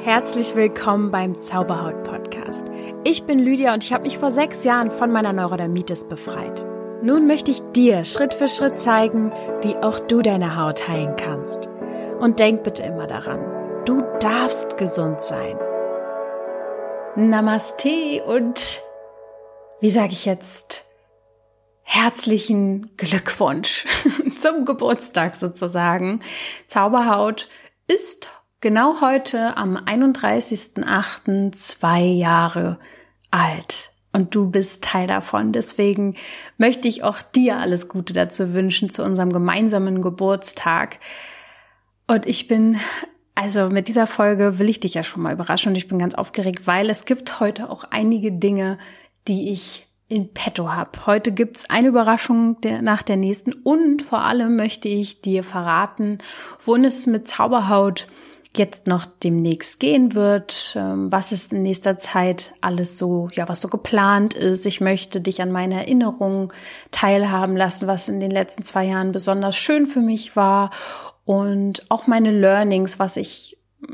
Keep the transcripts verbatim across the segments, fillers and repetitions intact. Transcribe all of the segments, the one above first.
Herzlich willkommen beim Zauberhaut-Podcast. Ich bin Lydia und ich habe mich vor sechs Jahren von meiner Neurodermitis befreit. Nun möchte ich dir Schritt für Schritt zeigen, wie auch du deine Haut heilen kannst. Und denk bitte immer daran, du darfst gesund sein. Namaste und, wie sage ich jetzt, herzlichen Glückwunsch zum Geburtstag sozusagen. Zauberhaut ist genau heute am einunddreißigsten achten zwei Jahre alt und du bist Teil davon. Deswegen möchte ich auch dir alles Gute dazu wünschen zu unserem gemeinsamen Geburtstag. Und ich bin, also mit dieser Folge will ich dich ja schon mal überraschen und ich bin ganz aufgeregt, weil es gibt heute auch einige Dinge, die ich in petto habe. Heute gibt's eine Überraschung der, nach der nächsten und vor allem möchte ich dir verraten, wohin es mit Zauberhaut jetzt noch demnächst gehen wird, was es in nächster Zeit alles so, ja, was so geplant ist. Ich möchte dich an meine Erinnerungen teilhaben lassen, was in den letzten zwei Jahren besonders schön für mich war und auch meine Learnings, was ich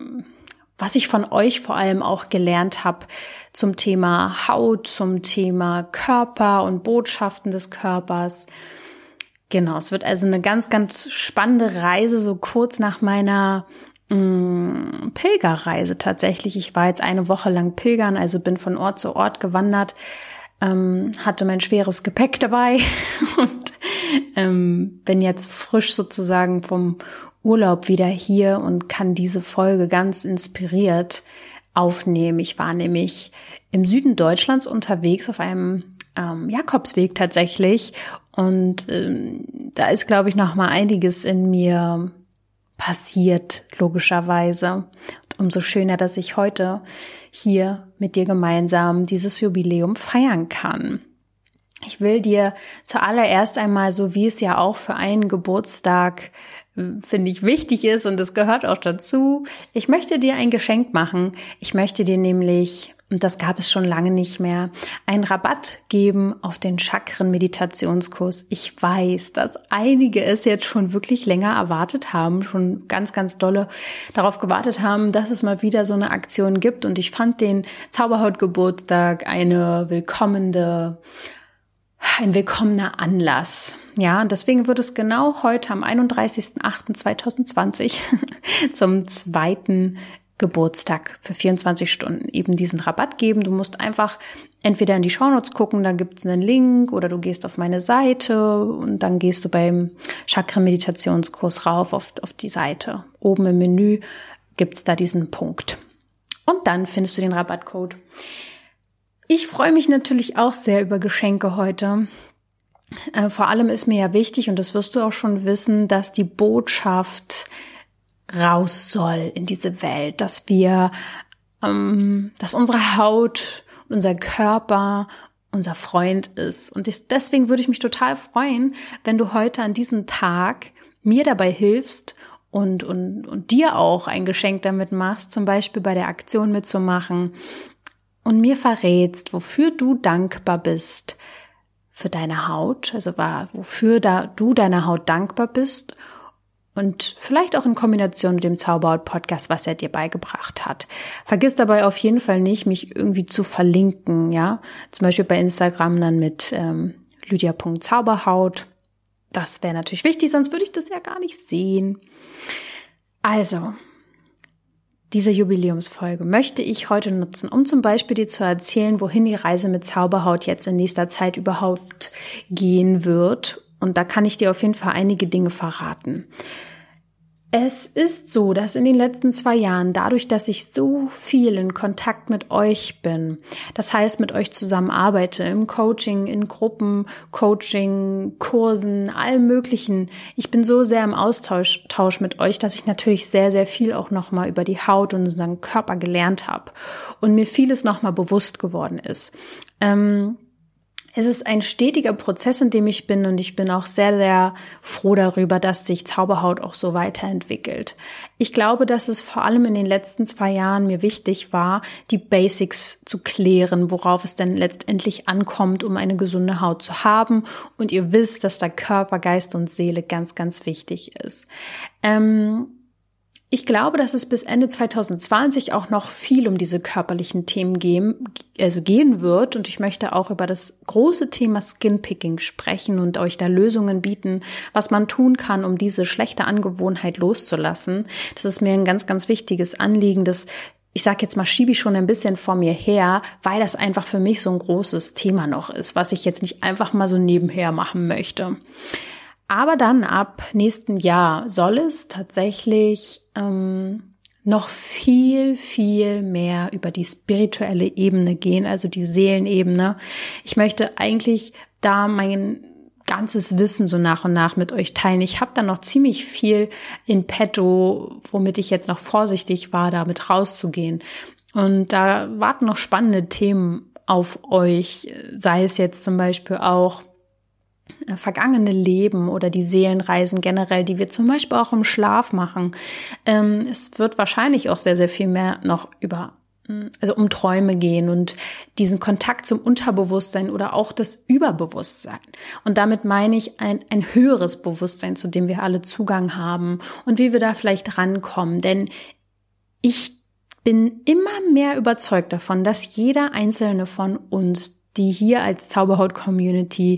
was ich von euch vor allem auch gelernt habe zum Thema Haut, zum Thema Körper und Botschaften des Körpers. Genau, es wird also eine ganz, ganz spannende Reise, so kurz nach meiner mh, Pilgerreise tatsächlich. Ich war jetzt eine Woche lang pilgern, also bin von Ort zu Ort gewandert, ähm, hatte mein schweres Gepäck dabei und ähm, bin jetzt frisch sozusagen vom Urlaub wieder hier und kann diese Folge ganz inspiriert aufnehmen. Ich war nämlich im Süden Deutschlands unterwegs auf einem ähm, Jakobsweg tatsächlich und ähm, da ist, glaube ich, noch mal einiges in mir passiert, logischerweise. Und umso schöner, dass ich heute hier mit dir gemeinsam dieses Jubiläum feiern kann. Ich will dir zuallererst einmal, so wie es ja auch für einen Geburtstag finde ich wichtig ist und es gehört auch dazu. Ich möchte dir ein Geschenk machen. Ich möchte dir nämlich, und das gab es schon lange nicht mehr, einen Rabatt geben auf den Chakren-Meditationskurs. Ich weiß, dass einige es jetzt schon wirklich länger erwartet haben, schon ganz, ganz dolle darauf gewartet haben, dass es mal wieder so eine Aktion gibt. Und ich fand den Zauberhaut-Geburtstag eine willkommene Ein willkommener Anlass. Ja, und deswegen wird es genau heute am einunddreißigsten achten zweitausendzwanzig zum zweiten Geburtstag für vierundzwanzig Stunden eben diesen Rabatt geben. Du musst einfach entweder in die Shownotes gucken, da gibt es einen Link, oder du gehst auf meine Seite und dann gehst du beim Chakra-Meditationskurs rauf auf, auf die Seite. Oben im Menü gibt es da diesen Punkt. Und dann findest du den Rabattcode. Ich freue mich natürlich auch sehr über Geschenke heute. Äh, vor allem ist mir ja wichtig, und das wirst du auch schon wissen, dass die Botschaft raus soll in diese Welt, dass wir, ähm, dass unsere Haut, unser Körper unser Freund ist. Und ich, deswegen würde ich mich total freuen, wenn du heute an diesem Tag mir dabei hilfst und, und, und dir auch ein Geschenk damit machst, zum Beispiel bei der Aktion mitzumachen, und mir verrätst, wofür du dankbar bist für deine Haut, also war, wofür da du deiner Haut dankbar bist und vielleicht auch in Kombination mit dem Zauberhaut-Podcast, was er dir beigebracht hat. Vergiss dabei auf jeden Fall nicht, mich irgendwie zu verlinken, ja, zum Beispiel bei Instagram dann mit ähm, lydia punkt zauberhaut. Das wäre natürlich wichtig, sonst würde ich das ja gar nicht sehen. Also, diese Jubiläumsfolge möchte ich heute nutzen, um zum Beispiel dir zu erzählen, wohin die Reise mit Zauberhaut jetzt in nächster Zeit überhaupt gehen wird. Und da kann ich dir auf jeden Fall einige Dinge verraten. Es ist so, dass in den letzten zwei Jahren, dadurch, dass ich so viel in Kontakt mit euch bin, das heißt mit euch zusammenarbeite, im Coaching, in Gruppen, Coaching, Kursen, allem Möglichen, ich bin so sehr im Austausch Tausch mit euch, dass ich natürlich sehr, sehr viel auch nochmal über die Haut und unseren Körper gelernt habe und mir vieles nochmal bewusst geworden ist. Ähm, Es ist ein stetiger Prozess, in dem ich bin, und ich bin auch sehr, sehr froh darüber, dass sich Zauberhaut auch so weiterentwickelt. Ich glaube, dass es vor allem in den letzten zwei Jahren mir wichtig war, die Basics zu klären, worauf es denn letztendlich ankommt, um eine gesunde Haut zu haben. Und ihr wisst, dass da Körper, Geist und Seele ganz, ganz wichtig ist. Ähm Ich glaube, dass es bis Ende zwanzig zwanzig auch noch viel um diese körperlichen Themen gehen, also gehen wird. Und ich möchte auch über das große Thema Skinpicking sprechen und euch da Lösungen bieten, was man tun kann, um diese schlechte Angewohnheit loszulassen. Das ist mir ein ganz, ganz wichtiges Anliegen, das ich sag jetzt mal, schiebe ich schon ein bisschen vor mir her, weil das einfach für mich so ein großes Thema noch ist, was ich jetzt nicht einfach mal so nebenher machen möchte. Aber dann ab nächsten Jahr soll es tatsächlich ähm, noch viel, viel mehr über die spirituelle Ebene gehen, also die Seelenebene. Ich möchte eigentlich da mein ganzes Wissen so nach und nach mit euch teilen. Ich habe da noch ziemlich viel in petto, womit ich jetzt noch vorsichtig war, damit rauszugehen. Und da warten noch spannende Themen auf euch, sei es jetzt zum Beispiel auch vergangene Leben oder die Seelenreisen generell, die wir zum Beispiel auch im Schlaf machen. Ähm, es wird wahrscheinlich auch sehr, sehr viel mehr noch über, also um Träume gehen und diesen Kontakt zum Unterbewusstsein oder auch das Überbewusstsein. Und damit meine ich ein, ein höheres Bewusstsein, zu dem wir alle Zugang haben und wie wir da vielleicht rankommen. Denn ich bin immer mehr überzeugt davon, dass jeder einzelne von uns, die hier als Zauberhaut-Community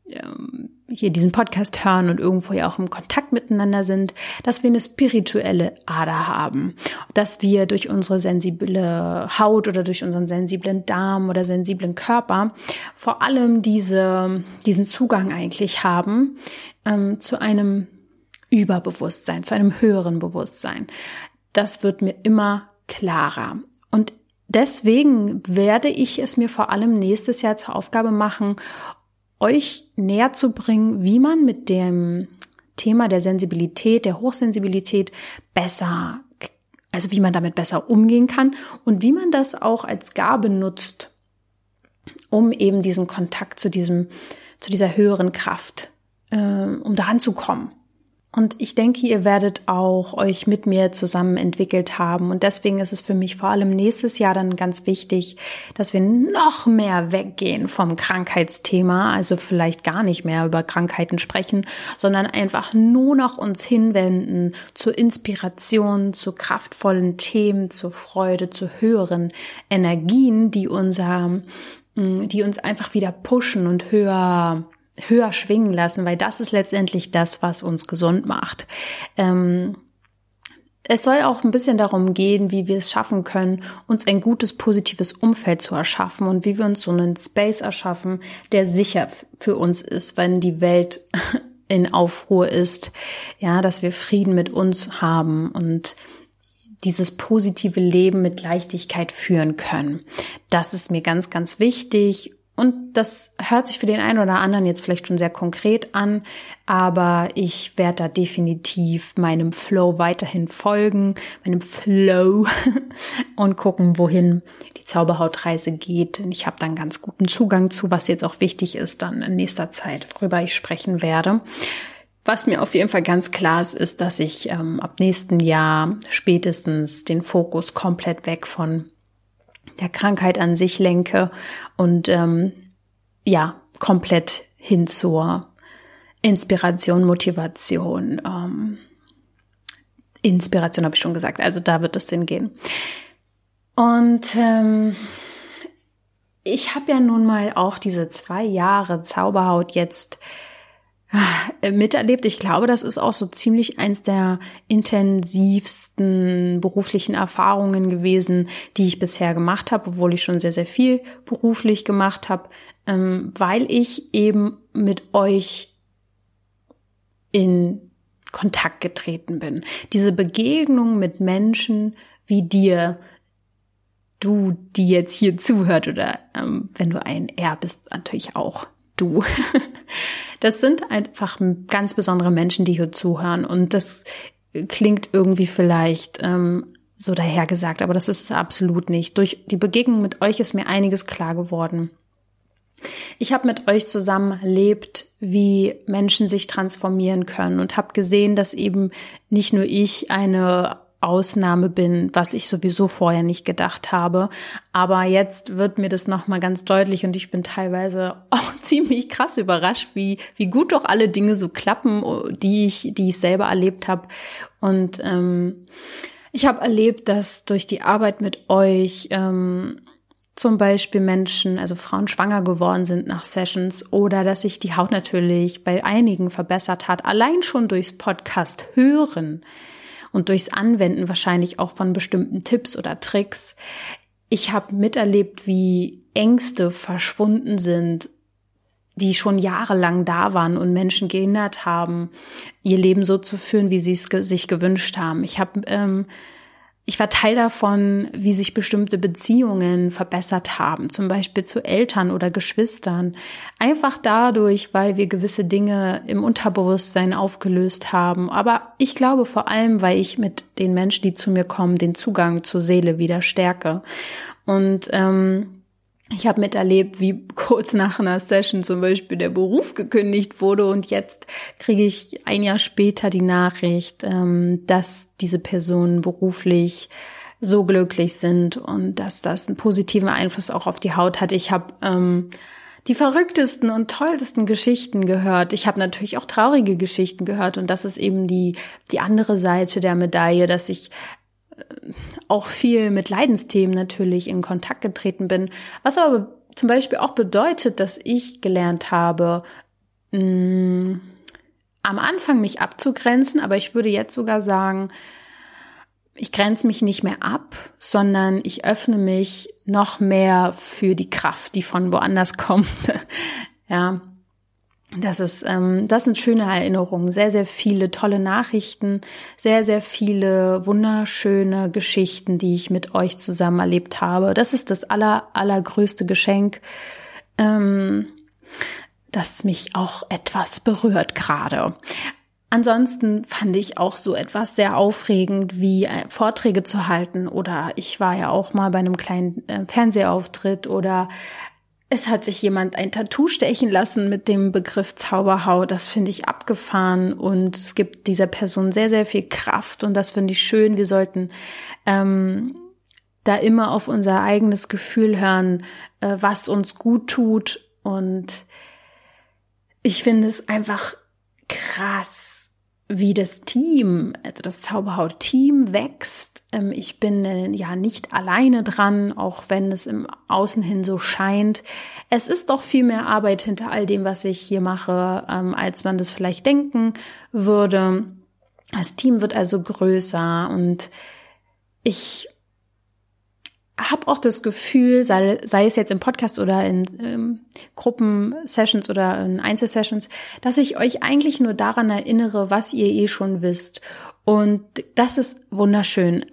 hier diesen Podcast hören und irgendwo ja auch im Kontakt miteinander sind, dass wir eine spirituelle Ader haben, dass wir durch unsere sensible Haut oder durch unseren sensiblen Darm oder sensiblen Körper vor allem diese, diesen Zugang eigentlich haben ähm, zu einem Überbewusstsein, zu einem höheren Bewusstsein. Das wird mir immer klarer. Und deswegen werde ich es mir vor allem nächstes Jahr zur Aufgabe machen, euch näher zu bringen, wie man mit dem Thema der Sensibilität, der Hochsensibilität besser, also wie man damit besser umgehen kann und wie man das auch als Gabe nutzt, um eben diesen Kontakt zu diesem, zu dieser höheren Kraft, äh, um daran zu kommen. Und ich denke, ihr werdet auch euch mit mir zusammen entwickelt haben. Und deswegen ist es für mich vor allem nächstes Jahr dann ganz wichtig, dass wir noch mehr weggehen vom Krankheitsthema. Also vielleicht gar nicht mehr über Krankheiten sprechen, sondern einfach nur noch uns hinwenden zur Inspiration, zu kraftvollen Themen, zur Freude, zu höheren Energien, die unser, die uns einfach wieder pushen und höher höher schwingen lassen, weil das ist letztendlich das, was uns gesund macht. Ähm, es soll auch ein bisschen darum gehen, wie wir es schaffen können, uns ein gutes, positives Umfeld zu erschaffen und wie wir uns so einen Space erschaffen, der sicher für uns ist, wenn die Welt in Aufruhr ist, ja, dass wir Frieden mit uns haben und dieses positive Leben mit Leichtigkeit führen können. Das ist mir ganz, ganz wichtig. Und das hört sich für den einen oder anderen jetzt vielleicht schon sehr konkret an, aber ich werde da definitiv meinem Flow weiterhin folgen, meinem Flow und gucken, wohin die Zauberhautreise geht. Und ich habe da einen ganz guten Zugang zu, was jetzt auch wichtig ist dann in nächster Zeit, worüber ich sprechen werde. Was mir auf jeden Fall ganz klar ist, ist, dass ich ähm, ab nächsten Jahr spätestens den Fokus komplett weg von der Krankheit an sich lenke und ähm, ja, komplett hin zur Inspiration, Motivation. Ähm, Inspiration habe ich schon gesagt, also da wird es hingehen. Und ähm, ich habe ja nun mal auch diese zwei Jahre Zauberhaut jetzt miterlebt. Ich glaube, das ist auch so ziemlich eins der intensivsten beruflichen Erfahrungen gewesen, die ich bisher gemacht habe, obwohl ich schon sehr, sehr viel beruflich gemacht habe, ähm, weil ich eben mit euch in Kontakt getreten bin. Diese Begegnung mit Menschen wie dir, du, die jetzt hier zuhört oder ähm, wenn du ein R bist, natürlich auch du. Das sind einfach ganz besondere Menschen, die hier zuhören und das klingt irgendwie vielleicht ähm, so dahergesagt, aber das ist es absolut nicht. Durch die Begegnung mit euch ist mir einiges klar geworden. Ich habe mit euch zusammen erlebt, wie Menschen sich transformieren können und habe gesehen, dass eben nicht nur ich eine Ausnahme bin, was ich sowieso vorher nicht gedacht habe. Aber jetzt wird mir das nochmal ganz deutlich und ich bin teilweise auch ziemlich krass überrascht, wie wie gut doch alle Dinge so klappen, die ich die ich selber erlebt habe. Und ähm, ich habe erlebt, dass durch die Arbeit mit euch ähm, zum Beispiel Menschen, also Frauen, schwanger geworden sind nach Sessions oder dass sich die Haut natürlich bei einigen verbessert hat, allein schon durchs Podcast hören und durchs Anwenden wahrscheinlich auch von bestimmten Tipps oder Tricks. Ich habe miterlebt, wie Ängste verschwunden sind, die schon jahrelang da waren und Menschen gehindert haben, ihr Leben so zu führen, wie sie es ge- sich gewünscht haben. Ich habe ähm, Ich war Teil davon, wie sich bestimmte Beziehungen verbessert haben, zum Beispiel zu Eltern oder Geschwistern. Einfach dadurch, weil wir gewisse Dinge im Unterbewusstsein aufgelöst haben. Aber ich glaube vor allem, weil ich mit den Menschen, die zu mir kommen, den Zugang zur Seele wieder stärke. Und ähm, ich habe miterlebt, wie kurz nach einer Session zum Beispiel der Beruf gekündigt wurde und jetzt kriege ich ein Jahr später die Nachricht, ähm, dass diese Personen beruflich so glücklich sind und dass das einen positiven Einfluss auch auf die Haut hat. Ich habe ähm, die verrücktesten und tollsten Geschichten gehört. Ich habe natürlich auch traurige Geschichten gehört und das ist eben die die andere Seite der Medaille, dass ich auch viel mit Leidensthemen natürlich in Kontakt getreten bin, was aber zum Beispiel auch bedeutet, dass ich gelernt habe, mh, am Anfang mich abzugrenzen, aber ich würde jetzt sogar sagen, ich grenze mich nicht mehr ab, sondern ich öffne mich noch mehr für die Kraft, die von woanders kommt. Ja. Das ist, ähm, das sind schöne Erinnerungen, sehr, sehr viele tolle Nachrichten, sehr, sehr viele wunderschöne Geschichten, die ich mit euch zusammen erlebt habe. Das ist das aller, allergrößte Geschenk, ähm, das mich auch etwas berührt gerade. Ansonsten fand ich auch so etwas sehr aufregend, wie äh, Vorträge zu halten oder ich war ja auch mal bei einem kleinen äh, Fernsehauftritt oder es hat sich jemand ein Tattoo stechen lassen mit dem Begriff Zauberhaut. Das finde ich abgefahren und es gibt dieser Person sehr, sehr viel Kraft und das finde ich schön. Wir sollten ähm, da immer auf unser eigenes Gefühl hören, äh, was uns gut tut und ich finde es einfach krass, wie das Team, also das Zauberhaut-Team wächst. Ähm, ich bin äh, ja nicht alleine dran, auch wenn es im Außen hin so scheint. Es ist doch viel mehr Arbeit hinter all dem, was ich hier mache, ähm, als man das vielleicht denken würde. Das Team wird also größer und ich habe auch das Gefühl, sei, sei es jetzt im Podcast oder in ähm, Gruppensessions oder in Einzelsessions, dass ich euch eigentlich nur daran erinnere, was ihr eh schon wisst. Und das ist wunderschön.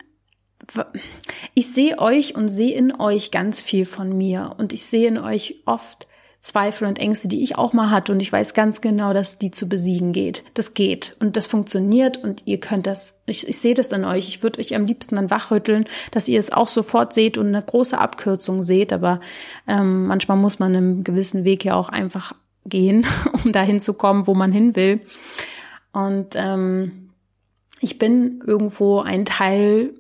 Ich sehe euch und sehe in euch ganz viel von mir. Und ich sehe in euch oft Zweifel und Ängste, die ich auch mal hatte. Und ich weiß ganz genau, dass die zu besiegen geht. Das geht und das funktioniert und ihr könnt das, ich, ich sehe das in euch. Ich würde euch am liebsten dann wachrütteln, dass ihr es auch sofort seht und eine große Abkürzung seht. Aber ähm, manchmal muss man einen gewissen Weg ja auch einfach gehen, um dahin zu kommen, wo man hin will. Und ähm, ich bin irgendwo ein Teil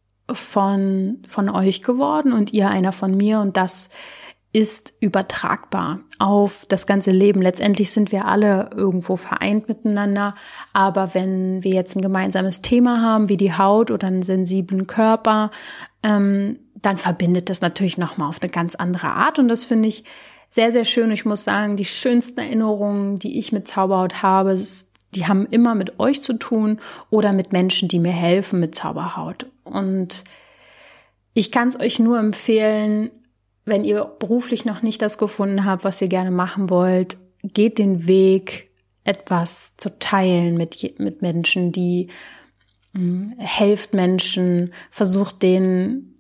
von von euch geworden und ihr einer von mir und das ist übertragbar auf das ganze Leben. Letztendlich sind wir alle irgendwo vereint miteinander, aber wenn wir jetzt ein gemeinsames Thema haben, wie die Haut oder einen sensiblen Körper, ähm, dann verbindet das natürlich nochmal auf eine ganz andere Art und das finde ich sehr, sehr schön. Ich muss sagen, die schönsten Erinnerungen, die ich mit Zauberhaut habe, die haben immer mit euch zu tun oder mit Menschen, die mir helfen mit Zauberhaut. Und ich kann es euch nur empfehlen, wenn ihr beruflich noch nicht das gefunden habt, was ihr gerne machen wollt, geht den Weg, etwas zu teilen mit, mit Menschen, die mh, helft Menschen, versucht denen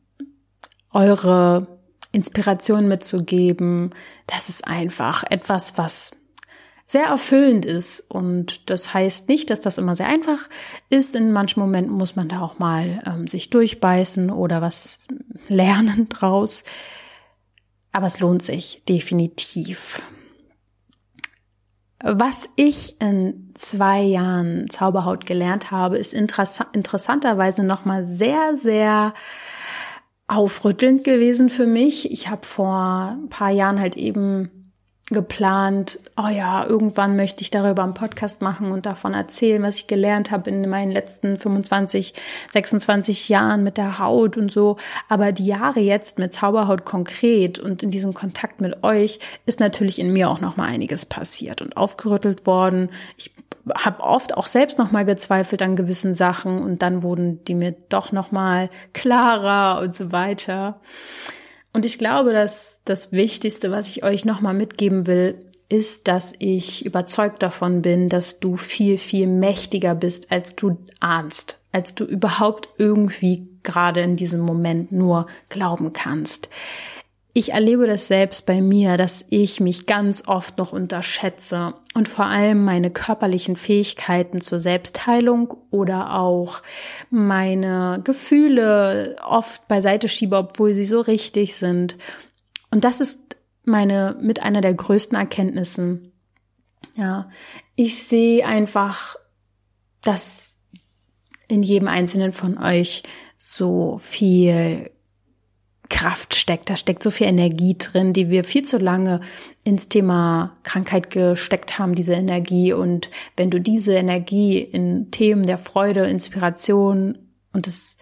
eure Inspiration mitzugeben. Das ist einfach etwas, was sehr erfüllend ist und das heißt nicht, dass das immer sehr einfach ist. In manchen Momenten muss man da auch mal ähm, sich durchbeißen oder was lernen draus. Aber es lohnt sich definitiv. Was ich in zwei Jahren Zauberhaut gelernt habe, ist interess- interessanterweise nochmal sehr, sehr aufrüttelnd gewesen für mich. Ich habe vor ein paar Jahren halt eben geplant, oh ja, irgendwann möchte ich darüber einen Podcast machen und davon erzählen, was ich gelernt habe in meinen letzten fünfundzwanzig, sechsundzwanzig Jahren mit der Haut und so. Aber die Jahre jetzt mit Zauberhaut konkret und in diesem Kontakt mit euch ist natürlich in mir auch noch mal einiges passiert und aufgerüttelt worden. Ich habe oft auch selbst noch mal gezweifelt an gewissen Sachen und dann wurden die mir doch noch mal klarer und so weiter. Und ich glaube, dass das Wichtigste, was ich euch nochmal mitgeben will, ist, dass ich überzeugt davon bin, dass du viel, viel mächtiger bist, als du ahnst, als du überhaupt irgendwie gerade in diesem Moment nur glauben kannst. Ich erlebe das selbst bei mir, dass ich mich ganz oft noch unterschätze und vor allem meine körperlichen Fähigkeiten zur Selbstheilung oder auch meine Gefühle oft beiseite schiebe, obwohl sie so richtig sind. Und das ist meine mit einer der größten Erkenntnissen. Ja, ich sehe einfach, dass in jedem einzelnen von euch so viel Kraft steckt, da steckt so viel Energie drin, die wir viel zu lange ins Thema Krankheit gesteckt haben, diese Energie. Und wenn du diese Energie in Themen der Freude, Inspiration und des,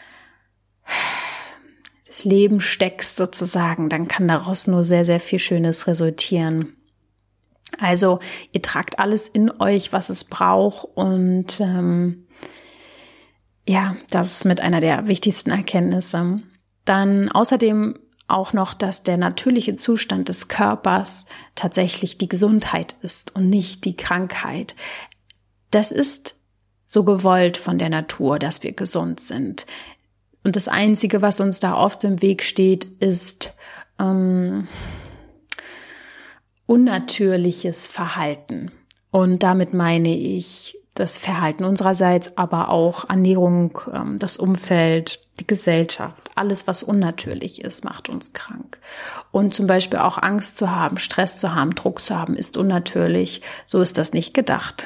des Lebens steckst sozusagen, dann kann daraus nur sehr, sehr viel Schönes resultieren. Also ihr tragt alles in euch, was es braucht und ähm, ja, das ist mit einer der wichtigsten Erkenntnisse. Dann außerdem auch noch, dass der natürliche Zustand des Körpers tatsächlich die Gesundheit ist und nicht die Krankheit. Das ist so gewollt von der Natur, dass wir gesund sind. Und das Einzige, was uns da oft im Weg steht, ist ähm, unnatürliches Verhalten. Und damit meine ich das Verhalten unsererseits, aber auch Ernährung, das Umfeld, die Gesellschaft, alles, was unnatürlich ist, macht uns krank. Und zum Beispiel auch Angst zu haben, Stress zu haben, Druck zu haben, ist unnatürlich. So ist das nicht gedacht.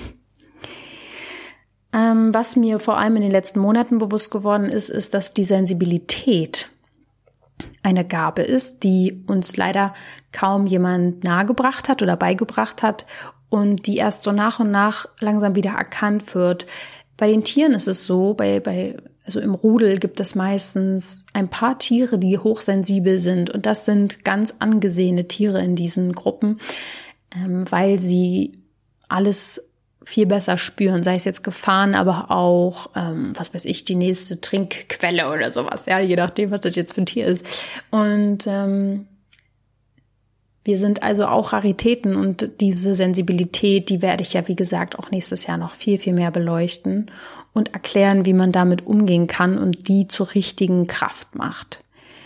ähm, was mir vor allem in den letzten Monaten bewusst geworden ist, ist, dass die Sensibilität eine Gabe ist, die uns leider kaum jemand nahegebracht hat oder beigebracht hat und die erst so nach und nach langsam wieder erkannt wird. Bei den Tieren ist es so, bei, bei, also im Rudel gibt es meistens ein paar Tiere, die hochsensibel sind und das sind ganz angesehene Tiere in diesen Gruppen, ähm, weil sie alles viel besser spüren, sei es jetzt Gefahren, aber auch, ähm, was weiß ich, die nächste Trinkquelle oder sowas, ja, je nachdem, was das jetzt für ein Tier ist. Und ähm, wir sind also auch Raritäten und diese Sensibilität, die werde ich ja, wie gesagt, auch nächstes Jahr noch viel, viel mehr beleuchten und erklären, wie man damit umgehen kann und die zur richtigen Kraft macht.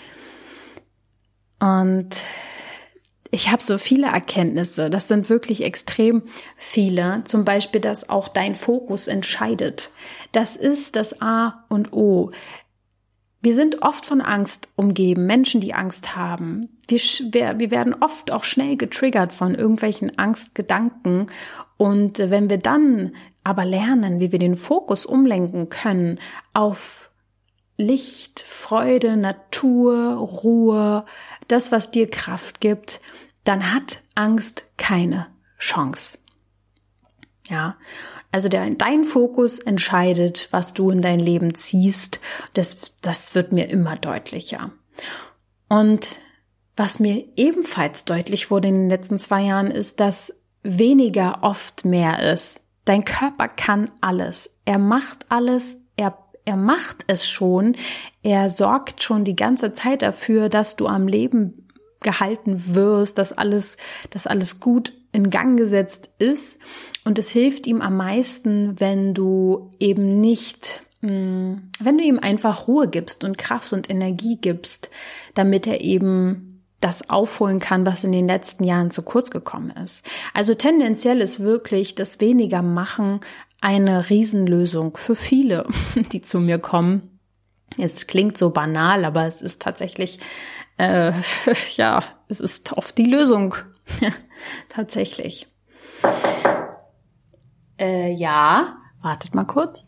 Und ich habe so viele Erkenntnisse, das sind wirklich extrem viele. Zum Beispiel, dass auch dein Fokus entscheidet. Das ist das A und O. Wir sind oft von Angst umgeben, Menschen, die Angst haben. Wir, wir, wir werden oft auch schnell getriggert von irgendwelchen Angstgedanken. Und wenn wir dann aber lernen, wie wir den Fokus umlenken können auf Licht, Freude, Natur, Ruhe, das, was dir Kraft gibt, dann hat Angst keine Chance. Ja, also der, dein Fokus entscheidet, was du in dein Leben ziehst. Das, das wird mir immer deutlicher. Und was mir ebenfalls deutlich wurde in den letzten zwei Jahren, ist, dass weniger oft mehr ist. Dein Körper kann alles. Er macht alles. Er, er macht es schon. Er sorgt schon die ganze Zeit dafür, dass du am Leben gehalten wirst, dass alles, dass alles gut in Gang gesetzt ist. Und es hilft ihm am meisten, wenn du eben nicht, mh, wenn du ihm einfach Ruhe gibst und Kraft und Energie gibst, damit er eben das aufholen kann, was in den letzten Jahren zu kurz gekommen ist. Also tendenziell ist wirklich das weniger machen eine Riesenlösung für viele, die zu mir kommen. Es klingt so banal, aber es ist tatsächlich, äh, ja, es ist oft die Lösung. Tatsächlich. Äh, ja. Wartet mal kurz.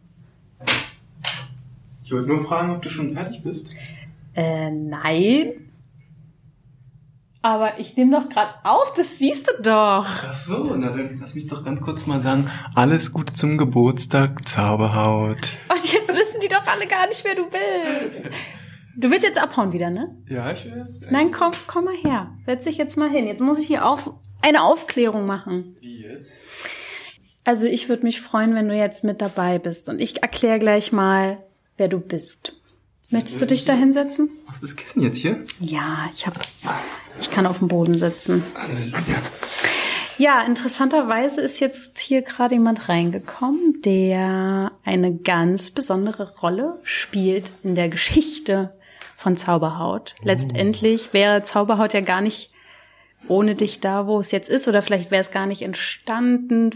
Ich wollte nur fragen, ob du schon fertig bist. Äh, nein. Aber ich nehme doch gerade auf, das siehst du doch. Ach so, na dann lass mich doch ganz kurz mal sagen, alles Gute zum Geburtstag, Zauberhaut. Und jetzt wissen die doch alle gar nicht, wer du bist. Du willst jetzt abhauen wieder, ne? Ja, ich will jetzt... Nein, komm, komm mal her. Setz dich jetzt mal hin. Jetzt muss ich hier auf eine Aufklärung machen. Wie jetzt? Also ich würde mich freuen, wenn du jetzt mit dabei bist. Und ich erkläre gleich mal, wer du bist. Möchtest du dich da hinsetzen? Auf das Kissen jetzt hier? Ja, ich hab, ich kann auf dem Boden sitzen. Halleluja. Ja, interessanterweise ist jetzt hier gerade jemand reingekommen, der eine ganz besondere Rolle spielt in der Geschichte von Zauberhaut. Oh. Letztendlich wäre Zauberhaut ja gar nicht ohne dich da, wo es jetzt ist, oder vielleicht wäre es gar nicht entstanden.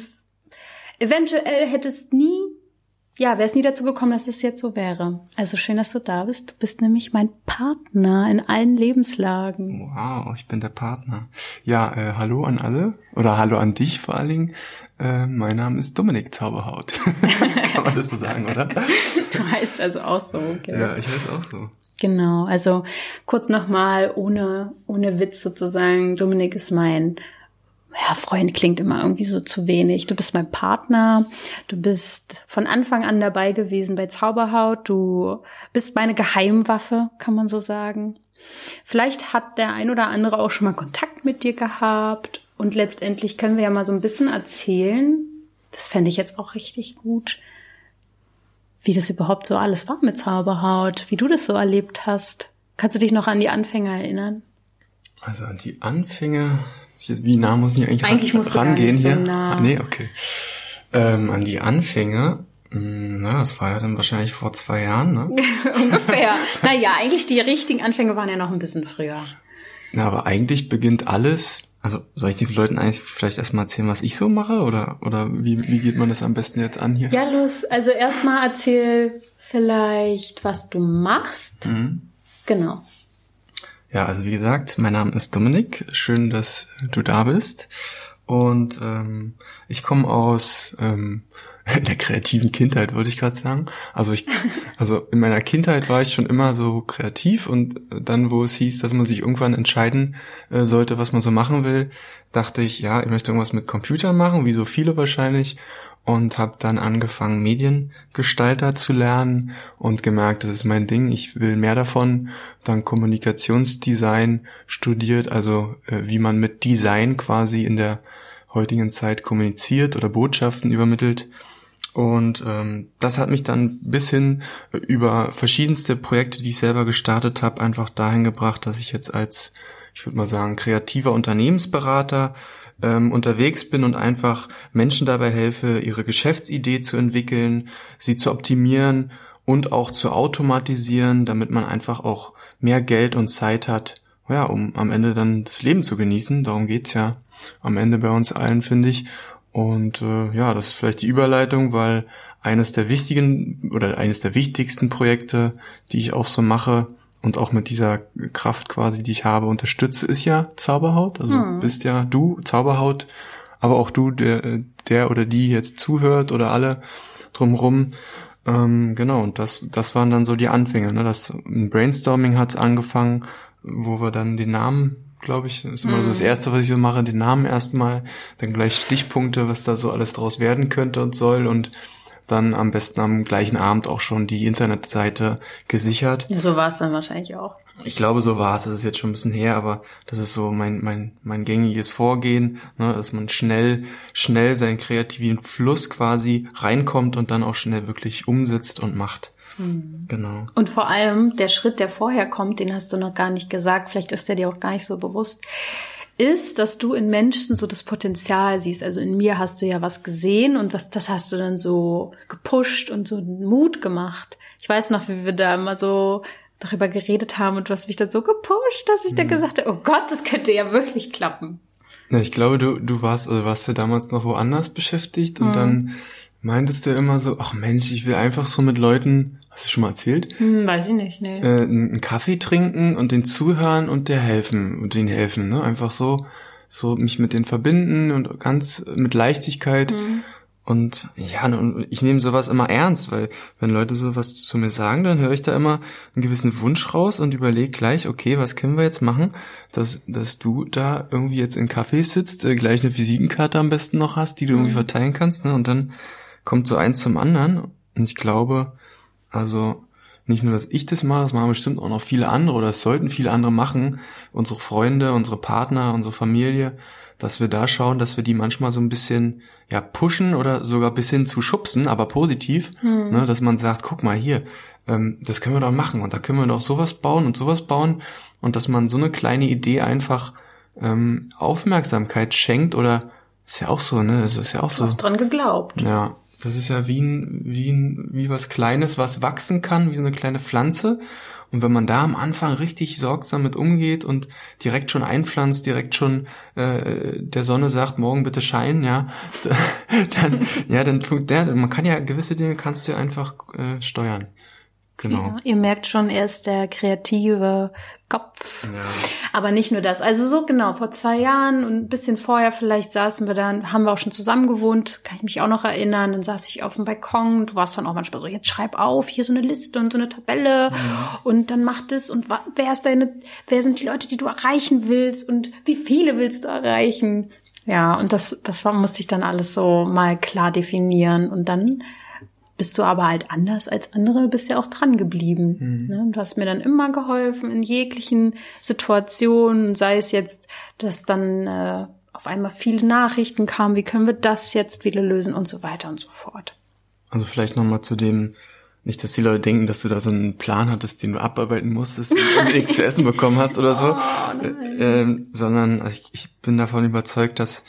Eventuell hätte es nie Ja, wäre es nie dazu gekommen, dass es jetzt so wäre. Also schön, dass du da bist. Du bist nämlich mein Partner in allen Lebenslagen. Wow, ich bin der Partner. Ja, äh, hallo an alle. Oder hallo an dich vor allen Dingen. Äh, mein Name ist Dominik Zauberhaut. Kann man das so sagen, oder? Du heißt also auch so, okay. Ja, ich heiße auch so. Genau, also kurz nochmal, ohne, ohne Witz sozusagen. Dominik ist mein Ja, Freund klingt immer irgendwie so zu wenig. Du bist mein Partner, du bist von Anfang an dabei gewesen bei Zauberhaut, du bist meine Geheimwaffe, kann man so sagen. Vielleicht hat der ein oder andere auch schon mal Kontakt mit dir gehabt und letztendlich können wir ja mal so ein bisschen erzählen, das fände ich jetzt auch richtig gut, wie das überhaupt so alles war mit Zauberhaut, wie du das so erlebt hast. Kannst du dich noch an die Anfänger erinnern? Also an die Anfänge... Wie nah muss ich eigentlich, eigentlich ran, musst du rangehen gar nicht hier? So nah. Ah, nee, okay. Ähm, an die Anfänge, mh, na, das war ja dann wahrscheinlich vor zwei Jahren, ne? Ungefähr. Naja, eigentlich die richtigen Anfänge waren ja noch ein bisschen früher. Na, aber eigentlich beginnt alles, also soll ich den Leuten eigentlich vielleicht erstmal erzählen, was ich so mache, oder, oder wie, wie geht man das am besten jetzt an hier? Ja, los, also erstmal erzähl vielleicht, was du machst. Mhm. Genau. Ja, also wie gesagt, mein Name ist Dominik. Schön, dass du da bist. Und ähm, ich komme aus ähm, der kreativen Kindheit, würde ich gerade sagen. Also ich, also in meiner Kindheit war ich schon immer so kreativ, und dann, wo es hieß, dass man sich irgendwann entscheiden äh, sollte, was man so machen will, dachte ich, ja, ich möchte irgendwas mit Computern machen, wie so viele wahrscheinlich. Und habe dann angefangen, Mediengestalter zu lernen und gemerkt, das ist mein Ding, ich will mehr davon. Dann Kommunikationsdesign studiert, also äh, wie man mit Design quasi in der heutigen Zeit kommuniziert oder Botschaften übermittelt. Und ähm, das hat mich dann bis hin über verschiedenste Projekte, die ich selber gestartet habe, einfach dahin gebracht, dass ich jetzt als, ich würde mal sagen, kreativer Unternehmensberater ähm, unterwegs bin und einfach Menschen dabei helfe, ihre Geschäftsidee zu entwickeln, sie zu optimieren und auch zu automatisieren, damit man einfach auch mehr Geld und Zeit hat, ja, um am Ende dann das Leben zu genießen. Darum geht's ja am Ende bei uns allen, finde ich. Und äh, ja, das ist vielleicht die Überleitung, weil eines der wichtigen oder eines der wichtigsten Projekte, die ich auch so mache und auch mit dieser Kraft quasi, die ich habe, unterstütze, ist ja Zauberhaut. Also hm. bist ja du Zauberhaut, aber auch du, der, der oder die jetzt zuhört oder alle drumherum. Ähm, genau, und das das waren dann so die Anfänge. Ne? Das ein Brainstorming hat's angefangen, wo wir dann den Namen, glaube ich, ist immer hm. so das Erste, was ich so mache, den Namen erstmal, dann gleich Stichpunkte, was da so alles draus werden könnte und soll, und dann am besten am gleichen Abend auch schon die Internetseite gesichert. Ja, so war es dann wahrscheinlich auch. Ich glaube, so war es. Das ist jetzt schon ein bisschen her, aber das ist so mein mein mein gängiges Vorgehen, ne, dass man schnell schnell seinen kreativen Fluss quasi reinkommt und dann auch schnell wirklich umsetzt und macht. Hm. Genau. Und vor allem der Schritt, der vorher kommt, den hast du noch gar nicht gesagt. Vielleicht ist der dir auch gar nicht so bewusst. Ist, dass du in Menschen so das Potenzial siehst. Also in mir hast du ja was gesehen und was, das hast du dann so gepusht und so Mut gemacht. Ich weiß noch, wie wir da immer so darüber geredet haben und du hast mich dann so gepusht, dass ich mhm. dann gesagt habe, oh Gott, das könnte ja wirklich klappen. Ja, ich glaube, du du warst also warst ja damals noch woanders beschäftigt und mhm. dann meintest du immer so, ach Mensch, ich will einfach so mit Leuten, hast du schon mal erzählt? Hm, weiß ich nicht, nee. Äh, einen Kaffee trinken und den zuhören und der helfen und denen helfen, ne? Einfach so so mich mit denen verbinden und ganz mit Leichtigkeit. Mhm. Und ja, ich nehme sowas immer ernst, weil wenn Leute sowas zu mir sagen, dann höre ich da immer einen gewissen Wunsch raus und überlege gleich, okay, was können wir jetzt machen, dass dass du da irgendwie jetzt in Cafés sitzt, äh, gleich eine Visitenkarte am besten noch hast, die du irgendwie verteilen kannst, ne? Und dann kommt so eins zum anderen. Und ich glaube, also nicht nur, dass ich das mache, das machen bestimmt auch noch viele andere oder es sollten viele andere machen, unsere Freunde, unsere Partner, unsere Familie, dass wir da schauen, dass wir die manchmal so ein bisschen ja pushen oder sogar bis hin zu schubsen, aber positiv, hm. ne, dass man sagt, guck mal hier, ähm, das können wir doch machen und da können wir doch sowas bauen und sowas bauen und dass man so eine kleine Idee einfach ähm, Aufmerksamkeit schenkt oder ist ja auch so, ne, es ist ja auch so. Du hast dran geglaubt. Ja, das ist ja wie ein, wie ein, wie was Kleines, was wachsen kann, wie so eine kleine Pflanze. Und wenn man da am Anfang richtig sorgsam mit umgeht und direkt schon einpflanzt, direkt schon äh, der Sonne sagt, morgen bitte scheinen, ja, dann, ja, dann tut der, man kann ja gewisse Dinge kannst du einfach äh, steuern. Genau. Ja, ihr merkt schon, er ist der kreative Kopf. Ja. Aber nicht nur das. Also so genau, vor zwei Jahren und ein bisschen vorher vielleicht saßen wir dann, haben wir auch schon zusammen gewohnt, kann ich mich auch noch erinnern. Dann saß ich auf dem Balkon, du warst dann auch manchmal so, jetzt schreib auf, hier so eine Liste und so eine Tabelle ja. und dann mach das und wer ist deine, wer sind die Leute, die du erreichen willst und wie viele willst du erreichen? Ja, und das, das war, musste ich dann alles so mal klar definieren und dann bist du aber halt anders als andere, bist ja auch dran geblieben. Mhm. Ne? Du hast mir dann immer geholfen in jeglichen Situationen, sei es jetzt, dass dann äh, auf einmal viele Nachrichten kamen, wie können wir das jetzt wieder lösen und so weiter und so fort. Also vielleicht nochmal zu dem, nicht, dass die Leute denken, dass du da so einen Plan hattest, den du abarbeiten musstest und nichts zu essen bekommen hast oder so, oh, nein. Äh, äh, sondern also ich, ich bin davon überzeugt, dass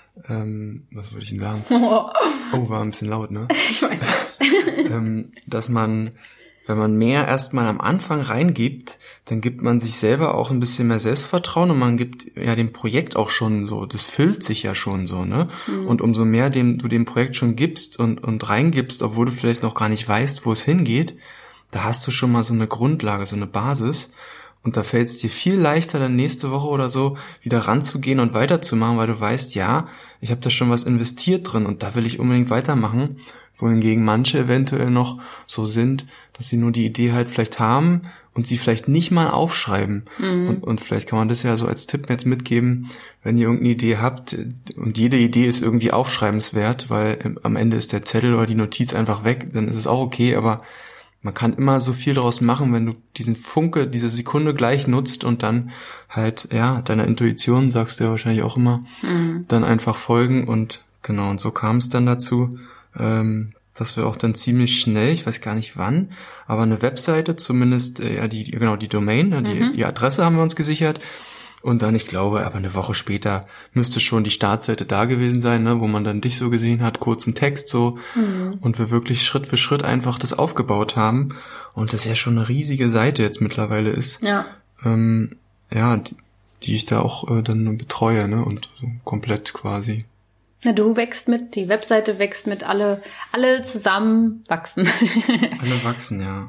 Ähm, was würde ich denn sagen? Oh. oh, war ein bisschen laut, ne? Ich weiß nicht. ähm, dass man, wenn man mehr erstmal am Anfang reingibt, dann gibt man sich selber auch ein bisschen mehr Selbstvertrauen und man gibt ja dem Projekt auch schon so, das füllt sich ja schon so, ne? Mhm. Und umso mehr dem, du dem Projekt schon gibst und, und reingibst, obwohl du vielleicht noch gar nicht weißt, wo es hingeht, da hast du schon mal so eine Grundlage, so eine Basis. Und da fällt es dir viel leichter, dann nächste Woche oder so wieder ranzugehen und weiterzumachen, weil du weißt, ja, ich habe da schon was investiert drin und da will ich unbedingt weitermachen. Wohingegen manche eventuell noch so sind, dass sie nur die Idee halt vielleicht haben und sie vielleicht nicht mal aufschreiben. Mhm. Und, und vielleicht kann man das ja so als Tipp jetzt mitgeben, wenn ihr irgendeine Idee habt und jede Idee ist irgendwie aufschreibenswert, weil am Ende ist der Zettel oder die Notiz einfach weg, dann ist es auch okay, aber man kann immer so viel daraus machen, wenn du diesen Funke, diese Sekunde gleich nutzt und dann halt, ja, deiner Intuition, sagst du ja wahrscheinlich auch immer, mhm. dann einfach folgen und genau, und so kam es dann dazu, ähm, dass wir auch dann ziemlich schnell, ich weiß gar nicht wann, aber eine Webseite, zumindest, äh, ja, die, genau, die Domain, mhm. die, die Adresse haben wir uns gesichert. Und dann, ich glaube, aber eine Woche später müsste schon die Startseite da gewesen sein, ne, wo man dann dich so gesehen hat, kurzen Text so. Mhm. Und wir wirklich Schritt für Schritt einfach das aufgebaut haben. Und das ja schon eine riesige Seite jetzt mittlerweile ist. Ja. Ähm, ja, die, die ich da auch äh, dann betreue, ne, und so komplett quasi. Na, du wächst mit, die Webseite wächst mit, alle, alle zusammen wachsen. Alle wachsen, ja.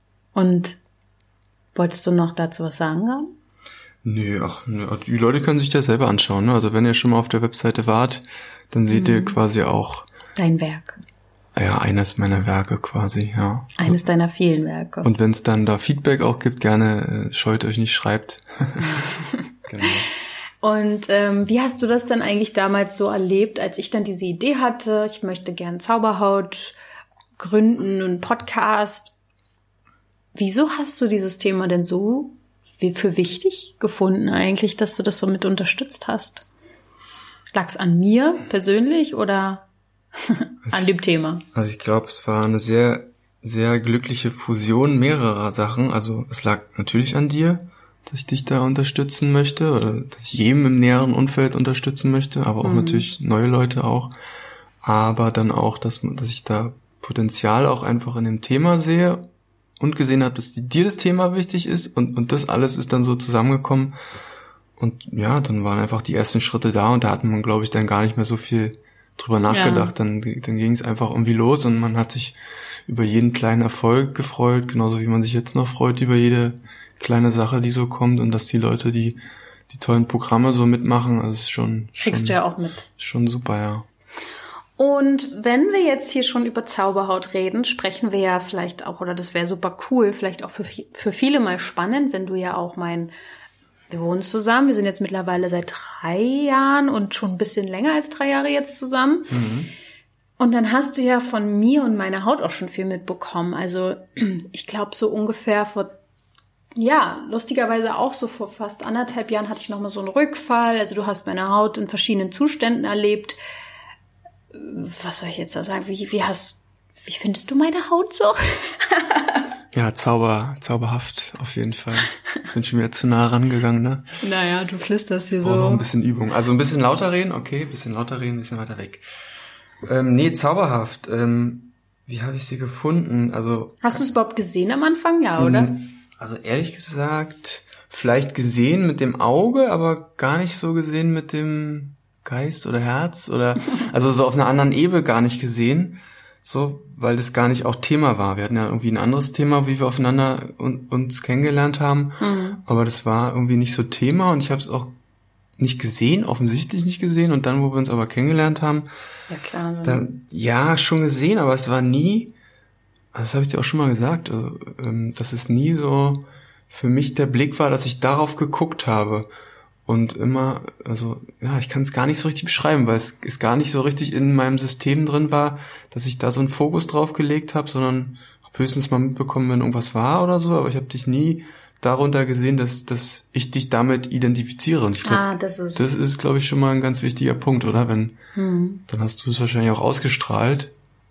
Und wolltest du noch dazu was sagen haben? Nö, ach, die Leute können sich das selber anschauen, ne? Also wenn ihr schon mal auf der Webseite wart, dann seht mhm. ihr quasi auch dein Werk. Ja, eines meiner Werke quasi, ja. Eines deiner vielen Werke. Und wenn es dann da Feedback auch gibt, gerne äh, scheut euch nicht, schreibt. Genau. Und ähm, wie hast du das dann eigentlich damals so erlebt, als ich dann diese Idee hatte, ich möchte gern Zauberhaut gründen, einen Podcast. Wieso hast du dieses Thema denn so wie für wichtig gefunden eigentlich, dass du das so mit unterstützt hast? Lag's an mir persönlich oder an dem Thema? Also ich glaube, es war eine sehr, sehr glückliche Fusion mehrerer Sachen. Also es lag natürlich an dir, dass ich dich da unterstützen möchte oder dass ich jedem im näheren Umfeld unterstützen möchte, aber auch mhm. natürlich neue Leute auch. Aber dann auch, dass, dass ich da Potenzial auch einfach in dem Thema sehe und gesehen habe, dass dir das Thema wichtig ist und, und das alles ist dann so zusammengekommen. Und ja, dann waren einfach die ersten Schritte da und da hat man, glaube ich, dann gar nicht mehr so viel drüber nachgedacht. Ja. Dann, dann ging es einfach irgendwie los und man hat sich über jeden kleinen Erfolg gefreut, genauso wie man sich jetzt noch freut über jede kleine Sache, die so kommt und dass die Leute, die die tollen Programme so mitmachen. Also es ist schon... Kriegst schon, du ja auch mit. Schon super, ja. Und wenn wir jetzt hier schon über Zauberhaut reden, sprechen wir ja vielleicht auch, oder das wäre super cool, vielleicht auch für, für viele mal spannend, wenn du ja auch mein, wir wohnen zusammen, wir sind jetzt mittlerweile seit drei Jahren und schon ein bisschen länger als drei Jahre jetzt zusammen. Mhm. Und dann hast du ja von mir und meiner Haut auch schon viel mitbekommen. Also ich glaube so ungefähr vor, ja, lustigerweise auch so vor fast anderthalb Jahren hatte ich nochmal so einen Rückfall. Also du hast meine Haut in verschiedenen Zuständen erlebt. Was soll ich jetzt da sagen? Wie, wie hast, wie findest du meine Haut so? Ja, zauber, zauberhaft, auf jeden Fall. Bin schon wieder zu nah rangegangen, ne? Naja, du flüsterst hier so. Oh, noch ein bisschen Übung. Also ein bisschen lauter reden, okay, ein bisschen lauter reden, ein bisschen weiter weg. Ähm, nee, zauberhaft. Ähm, wie habe ich sie gefunden? Also. Hast du es überhaupt gesehen am Anfang, ja, oder? Also ehrlich gesagt, vielleicht gesehen mit dem Auge, aber gar nicht so gesehen mit dem Geist oder Herz oder also so auf einer anderen Ebene gar nicht gesehen, so, weil das gar nicht auch Thema war. Wir hatten ja irgendwie ein anderes Thema, wie wir aufeinander un- uns kennengelernt haben, mhm. aber das war irgendwie nicht so Thema und ich habe es auch nicht gesehen, offensichtlich nicht gesehen und dann, wo wir uns aber kennengelernt haben, ja klar, ne? dann ja schon gesehen, aber es war nie, das habe ich dir auch schon mal gesagt, äh, dass es nie so für mich der Blick war, dass ich darauf geguckt habe. Und immer, also ja, ich kann es gar nicht so richtig beschreiben, weil es ist gar nicht so richtig in meinem System drin war, dass ich da so einen Fokus drauf gelegt habe, sondern habe höchstens mal mitbekommen, wenn irgendwas war oder so, aber ich habe dich nie darunter gesehen, dass dass ich dich damit identifiziere. Und ich glaube, ah, das ist, das ist, glaube ich, schon mal ein ganz wichtiger Punkt, oder? Wenn hm. dann hast du es wahrscheinlich auch ausgestrahlt.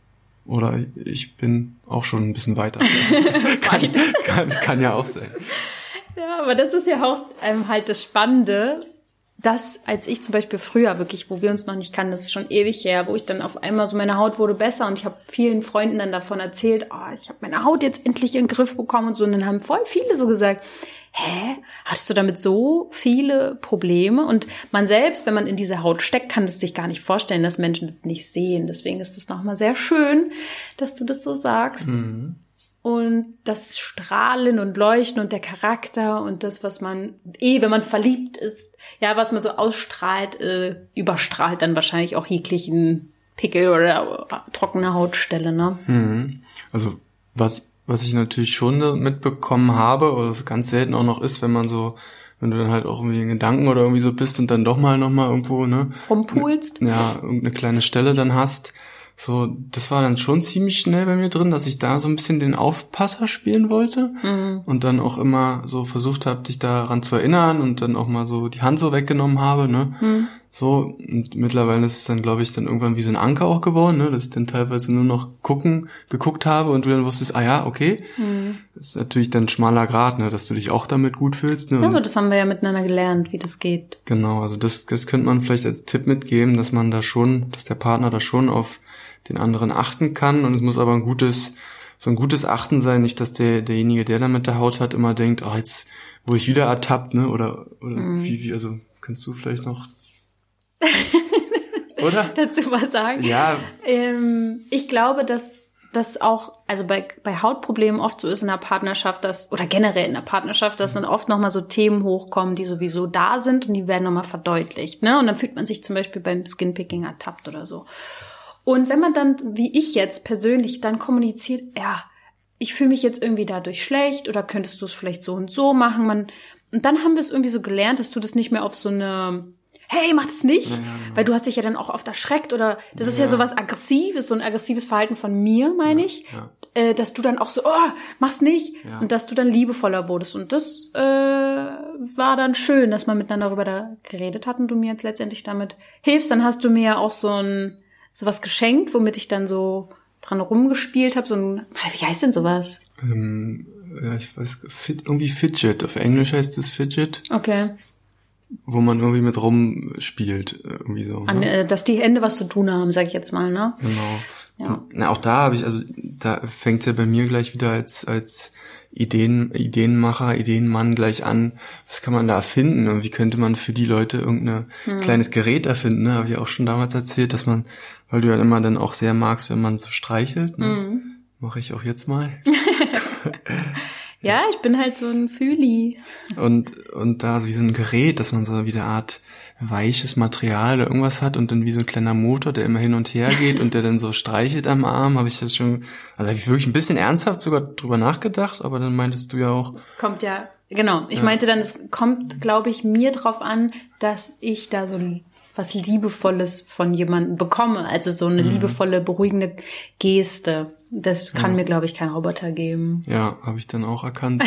Oder ich bin auch schon ein bisschen weiter. kann, kann, kann ja auch sein. Ja, aber das ist ja auch ähm, halt das Spannende, dass als ich zum Beispiel früher wirklich, wo wir uns noch nicht kannten, das ist schon ewig her, wo ich dann auf einmal so, meine Haut wurde besser und ich habe vielen Freunden dann davon erzählt, oh, ich habe meine Haut jetzt endlich in den Griff bekommen und so. Und dann haben voll viele so gesagt, hä, hast du damit so viele Probleme? Und man selbst, wenn man in dieser Haut steckt, kann es sich gar nicht vorstellen, dass Menschen das nicht sehen. Deswegen ist es nochmal sehr schön, dass du das so sagst. Mhm. Und das Strahlen und Leuchten und der Charakter und das, was man eh, wenn man verliebt ist, ja, was man so ausstrahlt, äh, überstrahlt dann wahrscheinlich auch jeglichen Pickel oder trockene Hautstelle, ne? Mhm. Also was was ich natürlich schon mitbekommen habe, oder es ganz selten auch noch ist, wenn man so, wenn du dann halt auch irgendwie in Gedanken oder irgendwie so bist und dann doch mal nochmal irgendwo, ne? Rumpulst. Ja, irgendeine kleine Stelle dann hast. So, das war dann schon ziemlich schnell bei mir drin, dass ich da so ein bisschen den Aufpasser spielen wollte mhm. und dann auch immer so versucht habe, dich daran zu erinnern und dann auch mal so die Hand so weggenommen habe, ne? Mhm. So, und mittlerweile ist es dann, glaube ich, dann irgendwann wie so ein Anker auch geworden, ne? Dass ich dann teilweise nur noch gucken, geguckt habe und du dann wusstest, ah ja, okay. Mhm. Das ist natürlich dann ein schmaler Grat, ne? Dass du dich auch damit gut fühlst, ne? Ja, aber das haben wir ja miteinander gelernt, wie das geht. Genau, also das, das könnte man vielleicht als Tipp mitgeben, dass man da schon, dass der Partner da schon auf den anderen achten kann und es muss aber ein gutes, so ein gutes Achten sein, nicht, dass der, derjenige, der da mit der Haut hat, immer denkt, oh, jetzt wurde ich wieder ertappt, ne, oder, oder mhm. wie, wie, also, kannst du vielleicht noch, oder? dazu was sagen? Ja. Ähm, ich glaube, dass das auch, also bei, bei Hautproblemen oft so ist in der Partnerschaft, dass, oder generell in der Partnerschaft, dass dann oft nochmal so Themen hochkommen, die sowieso da sind und die werden nochmal verdeutlicht, ne, und dann fühlt man sich zum Beispiel beim Skinpicking ertappt oder so. Und wenn man dann, wie ich jetzt persönlich, dann kommuniziert, ja, ich fühle mich jetzt irgendwie dadurch schlecht oder könntest du es vielleicht so und so machen, man, und dann haben wir es irgendwie so gelernt, dass du das nicht mehr auf so eine, hey, mach das nicht, ja, genau. Weil du hast dich ja dann auch oft erschreckt oder das ist ja, ja so was Aggressives, so ein aggressives Verhalten von mir, meine ja, ich, ja. Äh, dass du dann auch so, oh, mach's nicht ja. Und dass du dann liebevoller wurdest und das äh, war dann schön, dass man miteinander darüber da geredet hat und du mir jetzt letztendlich damit hilfst, dann hast du mir ja auch so ein sowas geschenkt, womit ich dann so dran rumgespielt habe, so ein, wie heißt denn sowas? Ähm, ja, ich weiß, fit, irgendwie Fidget, auf Englisch heißt es Fidget. Okay. Wo man irgendwie mit rumspielt, irgendwie so. An, ne? äh, dass die Hände was zu tun haben, sag ich jetzt mal, ne? Genau. Ja. Und, na, auch da habe ich, also da fängt's ja bei mir gleich wieder als als Ideen, Ideenmacher, Ideenmann gleich an, was kann man da erfinden und wie könnte man für die Leute irgendein hm. kleines Gerät erfinden, ne? Habe ich auch schon damals erzählt, dass man, weil du ja immer dann auch sehr magst, wenn man so streichelt, ne? Hm. Mache ich auch jetzt mal. ja, Ja, ich bin halt so ein Fühli. Und, und da wie so ein Gerät, dass man so wie eine Art weiches Material oder irgendwas hat und dann wie so ein kleiner Motor, der immer hin und her geht und der dann so streichelt am Arm, habe ich das schon, also habe ich wirklich ein bisschen ernsthaft sogar drüber nachgedacht, aber dann meintest du ja auch. Es kommt ja, genau, ich ja. meinte dann, es kommt, glaube ich, mir drauf an, dass ich da so was Liebevolles von jemandem bekomme, also so eine mhm. liebevolle, beruhigende Geste. Das kann ja. mir, glaube ich, kein Roboter geben. Ja, habe ich dann auch erkannt.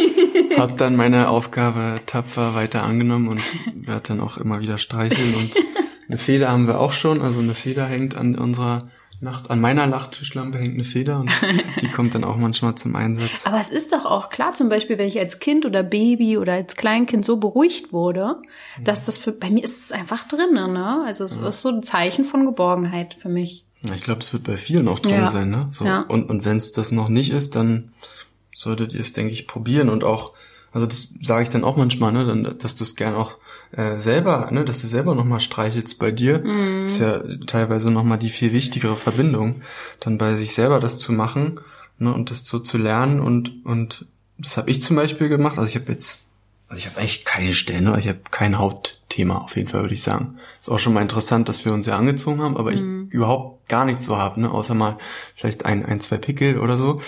Und habe dann meine Aufgabe tapfer weiter angenommen und werde dann auch immer wieder streicheln. Und eine Feder haben wir auch schon. Also eine Feder hängt an unserer Nacht, an meiner Nachttischlampe hängt eine Feder und die kommt dann auch manchmal zum Einsatz. Aber es ist doch auch klar, zum Beispiel, wenn ich als Kind oder Baby oder als Kleinkind so beruhigt wurde, ja. dass das für, bei mir ist es einfach drin, ne? Also es ja. ist so ein Zeichen von Geborgenheit für mich. Ja, ich glaube, das wird bei vielen auch drin ja. sein, ne? So. Ja. Und, und wenn es das noch nicht ist, dann solltet ihr es, denke ich, probieren und auch, also das sage ich dann auch manchmal, ne, dann, dass du es gern auch äh, selber, ne, dass du selber nochmal streichelst bei dir. Mm. Das ist ja teilweise nochmal die viel wichtigere Verbindung, dann bei sich selber das zu machen, ne, und das so zu lernen und und das habe ich zum Beispiel gemacht. Also ich habe jetzt, also ich habe eigentlich keine Stellen, ne? Ich habe kein Hautthema auf jeden Fall, würde ich sagen. Ist auch schon mal interessant, dass wir uns ja angezogen haben, aber mm. ich überhaupt gar nichts so habe, ne, außer mal vielleicht ein, ein, zwei Pickel oder so.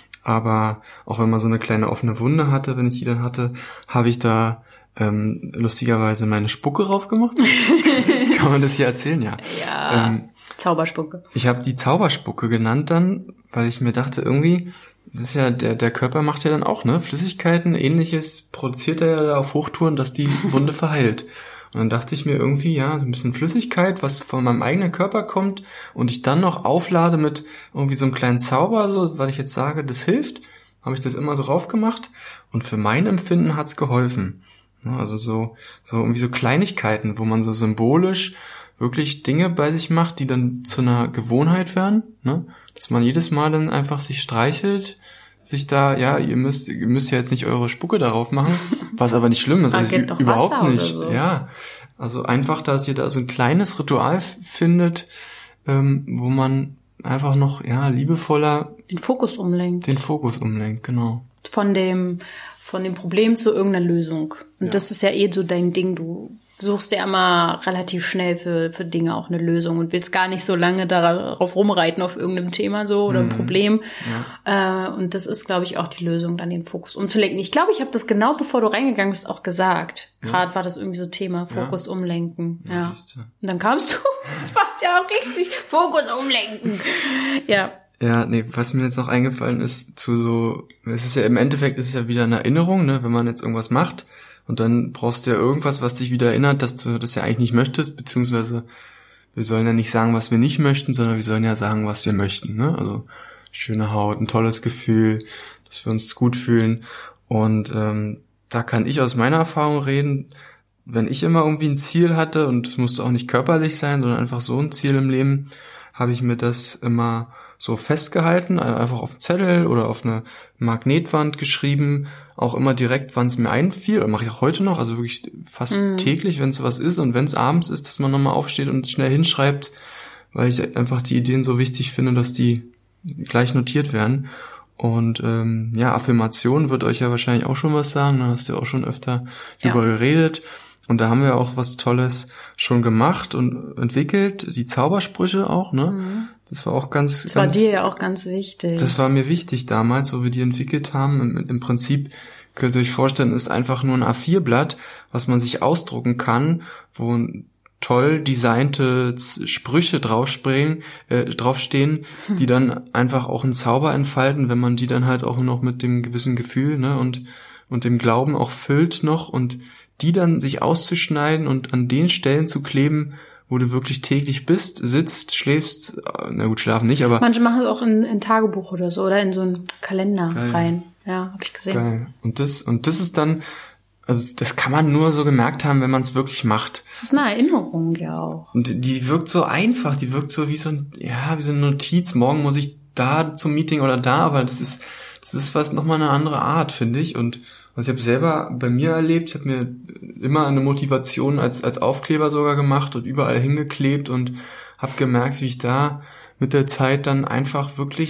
Aber auch wenn man so eine kleine offene Wunde hatte, wenn ich die dann hatte, habe ich da ähm, lustigerweise meine Spucke drauf gemacht. Kann man das hier erzählen? Ja. Ja, ähm, Zauberspucke. Ich habe die Zauberspucke genannt dann, weil ich mir dachte, irgendwie, das ist ja, der der Körper macht ja dann auch, ne, Flüssigkeiten, Ähnliches produziert er ja da auf Hochtouren, dass die Wunde verheilt. Und dann dachte ich mir irgendwie, ja, so ein bisschen Flüssigkeit, was von meinem eigenen Körper kommt und ich dann noch auflade mit irgendwie so einem kleinen Zauber, so, weil ich jetzt sage, das hilft, habe ich das immer so raufgemacht und für mein Empfinden hat's geholfen. Ja, also so, so irgendwie so Kleinigkeiten, wo man so symbolisch wirklich Dinge bei sich macht, die dann zu einer Gewohnheit werden, ne? Dass man jedes Mal dann einfach sich streichelt, sich da, ja, ihr müsst, ihr müsst ja jetzt nicht eure Spucke darauf machen, was aber nicht schlimm ist, also überhaupt nicht, so. Ja, also einfach, dass ihr da so ein kleines Ritual findet, ähm, wo man einfach noch, ja, liebevoller den Fokus umlenkt. Den Fokus umlenkt, genau. Von dem, von dem Problem zu irgendeiner Lösung. Und ja. das ist ja eh so dein Ding, du suchst ja immer relativ schnell für für Dinge auch eine Lösung und willst gar nicht so lange darauf rumreiten auf irgendeinem Thema so oder ein mhm. Problem. Ja. Äh, und das ist, glaube ich, auch die Lösung, dann den Fokus umzulenken. Ich glaube, ich habe das genau, bevor du reingegangen bist, auch gesagt. Gerade ja. war das irgendwie so Thema, Fokus ja. umlenken. Ja. ja. Und dann kamst du, das passt ja auch richtig, Fokus umlenken. Ja. Ja, nee, was mir jetzt noch eingefallen ist, zu so, es ist ja im Endeffekt ist es ja wieder eine Erinnerung, ne, wenn man jetzt irgendwas macht. Und dann brauchst du ja irgendwas, was dich wieder erinnert, dass du das ja eigentlich nicht möchtest, beziehungsweise wir sollen ja nicht sagen, was wir nicht möchten, sondern wir sollen ja sagen, was wir möchten, ne? Also schöne Haut, ein tolles Gefühl, dass wir uns gut fühlen. Und ähm, da kann ich aus meiner Erfahrung reden, wenn ich immer irgendwie ein Ziel hatte, und es musste auch nicht körperlich sein, sondern einfach so ein Ziel im Leben, habe ich mir das immer so festgehalten, einfach auf einen Zettel oder auf eine Magnetwand geschrieben, auch immer direkt, wann es mir einfiel, oder mache ich auch heute noch, also wirklich fast mm. täglich, wenn es was ist und wenn es abends ist, dass man nochmal aufsteht und schnell hinschreibt, weil ich einfach die Ideen so wichtig finde, dass die gleich notiert werden. Und ähm, ja, Affirmation wird euch ja wahrscheinlich auch schon was sagen, da hast du ja auch schon öfter ja. drüber geredet. Und da haben wir auch was Tolles schon gemacht und entwickelt, die Zaubersprüche auch, ne? Mhm. Das war auch ganz, das ganz... Das war dir ja auch ganz wichtig. Das war mir wichtig damals, wo wir die entwickelt haben. Im, im Prinzip könnt ihr euch vorstellen, ist einfach nur ein A vier Blatt, was man sich ausdrucken kann, wo toll designte Sprüche draufspringen, äh, draufstehen, hm. die dann einfach auch einen Zauber entfalten, wenn man die dann halt auch noch mit dem gewissen Gefühl, ne, und, und dem Glauben auch füllt noch und die dann sich auszuschneiden und an den Stellen zu kleben, wo du wirklich täglich bist, sitzt, schläfst, na gut, schlafen nicht, aber... Manche machen es auch in ein Tagebuch oder so, oder in so einen Kalender Geil. rein. Ja, hab ich gesehen. Geil. Und das, und das ist dann, also das kann man nur so gemerkt haben, wenn man es wirklich macht. Das ist eine Erinnerung, ja auch. Und die wirkt so einfach, die wirkt so wie so ein, ja, wie so eine Notiz, morgen muss ich da zum Meeting oder da, aber das ist, das ist was nochmal eine andere Art, finde ich, und also ich habe selber bei mir erlebt, ich habe mir immer eine Motivation als als Aufkleber sogar gemacht und überall hingeklebt und habe gemerkt, wie ich da mit der Zeit dann einfach wirklich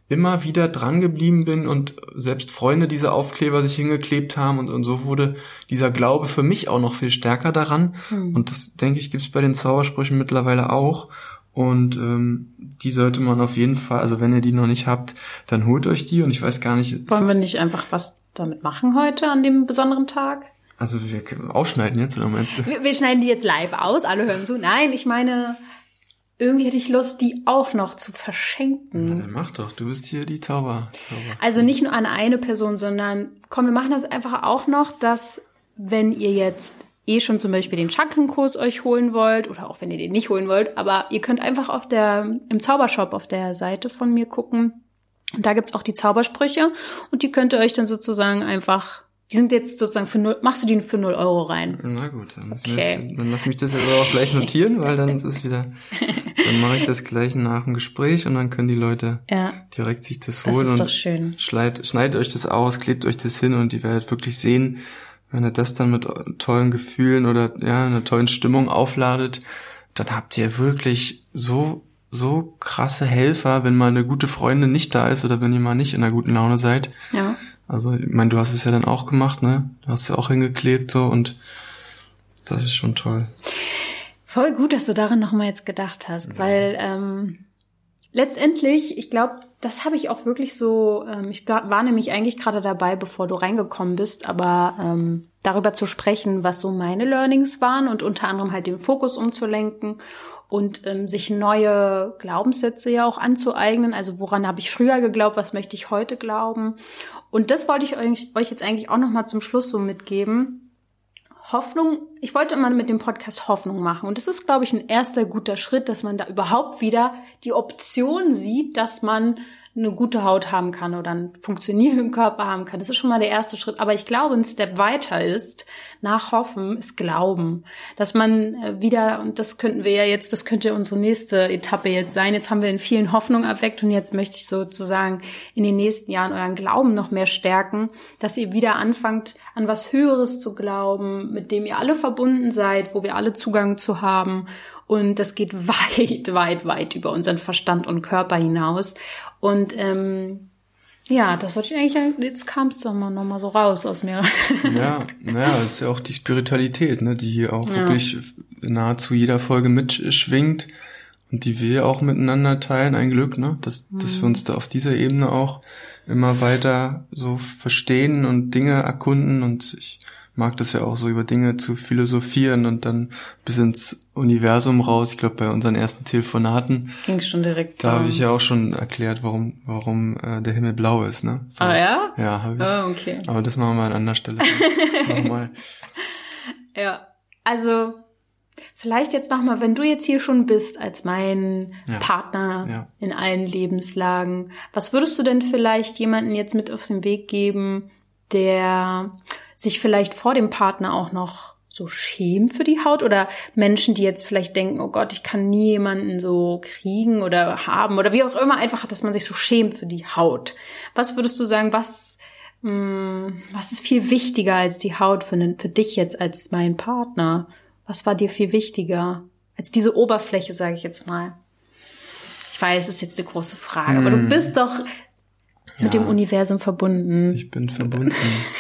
immer wieder dran geblieben bin und selbst Freunde diese Aufkleber sich hingeklebt haben und, und so wurde dieser Glaube für mich auch noch viel stärker daran. Mhm. Und das, denke ich, gibt's bei den Zaubersprüchen mittlerweile auch. Und ähm, die sollte man auf jeden Fall, also wenn ihr die noch nicht habt, dann holt euch die. Und ich weiß gar nicht... Wollen wir nicht einfach was damit machen heute an dem besonderen Tag? Also wir ausschneiden jetzt, oder meinst du? Wir, wir schneiden die jetzt live aus, alle hören zu. Nein, ich meine... Irgendwie hätte ich Lust, die auch noch zu verschenken. Na, dann mach doch, du bist hier die Zauber. Zauber. Also nicht nur an eine Person, sondern komm, wir machen das einfach auch noch, dass wenn ihr jetzt eh schon zum Beispiel den Chakrenkurs euch holen wollt oder auch wenn ihr den nicht holen wollt, aber ihr könnt einfach auf der im Zaubershop auf der Seite von mir gucken. Und da gibt's auch die Zaubersprüche und die könnt ihr euch dann sozusagen einfach... Die sind jetzt sozusagen für null, machst du die für null Euro rein? Na gut, dann, okay. jetzt, dann lass mich das jetzt aber auch gleich notieren, weil dann ist es wieder, dann mache ich das gleich nach dem Gespräch und dann können die Leute ja. direkt sich das holen. Das ist doch und schön. Schneidet, schneidet euch das aus, klebt euch das hin und ihr werdet wirklich sehen, wenn ihr das dann mit tollen Gefühlen oder ja einer tollen Stimmung aufladet, dann habt ihr wirklich so so krasse Helfer, wenn mal eine gute Freundin nicht da ist oder wenn ihr mal nicht in einer guten Laune seid. Ja. Also, ich meine, du hast es ja dann auch gemacht, ne? Du hast ja auch hingeklebt so und das ist schon toll. Voll gut, dass du daran nochmal jetzt gedacht hast, ja. weil ähm, letztendlich, ich glaube, das habe ich auch wirklich so, ähm, ich war nämlich eigentlich gerade dabei, bevor du reingekommen bist, aber ähm, darüber zu sprechen, was so meine Learnings waren und unter anderem halt den Fokus umzulenken und ähm, sich neue Glaubenssätze ja auch anzueignen. Also woran habe ich früher geglaubt, was möchte ich heute glauben? Und das wollte ich euch, euch jetzt eigentlich auch nochmal zum Schluss so mitgeben. Hoffnung, ich wollte immer mit dem Podcast Hoffnung machen. Und das ist, glaube ich, ein erster guter Schritt, dass man da überhaupt wieder die Option sieht, dass man eine gute Haut haben kann oder einen funktionierenden Körper haben kann. Das ist schon mal der erste Schritt. Aber ich glaube, ein Step weiter ist, nach Hoffen ist Glauben. Dass man wieder, und das könnten wir ja jetzt, das könnte unsere nächste Etappe jetzt sein. Jetzt haben wir in vielen Hoffnung erweckt und jetzt möchte ich sozusagen in den nächsten Jahren euren Glauben noch mehr stärken, dass ihr wieder anfangt, an was Höheres zu glauben, mit dem ihr alle verbunden seid, wo wir alle Zugang zu haben. Und das geht weit, weit, weit über unseren Verstand und Körper hinaus. Und ähm, ja, das wollte ich eigentlich, jetzt kam es doch mal noch mal so raus aus mir. Ja, naja, das ist ja auch die Spiritualität, ne, die hier auch ja. wirklich nahezu jeder Folge mitschwingt und die wir auch miteinander teilen, ein Glück, ne, dass, mhm. dass wir uns da auf dieser Ebene auch immer weiter so verstehen und Dinge erkunden und ich mag das ja auch so, über Dinge zu philosophieren und dann bis ins Universum raus. Ich glaube, bei unseren ersten Telefonaten ging schon direkt. Da habe ich ja auch schon erklärt, warum warum äh, der Himmel blau ist, ne? So. Ah ja? Ja, habe ich. Oh, okay. Aber das machen wir mal an anderer Stelle. Nochmal. Ja, also vielleicht jetzt nochmal, wenn du jetzt hier schon bist als mein ja. Partner ja. in allen Lebenslagen, was würdest du denn vielleicht jemanden jetzt mit auf den Weg geben, der sich vielleicht vor dem Partner auch noch so schämt für die Haut oder Menschen, die jetzt vielleicht denken, oh Gott, ich kann nie jemanden so kriegen oder haben oder wie auch immer, einfach, dass man sich so schämt für die Haut. Was würdest du sagen, was, mh, was ist viel wichtiger als die Haut für, den, für dich jetzt als mein Partner? Was war dir viel wichtiger als diese Oberfläche, sage ich jetzt mal? Ich weiß, es ist jetzt eine große Frage, hm. aber du bist doch mit ja, dem Universum verbunden. Ich bin verbunden.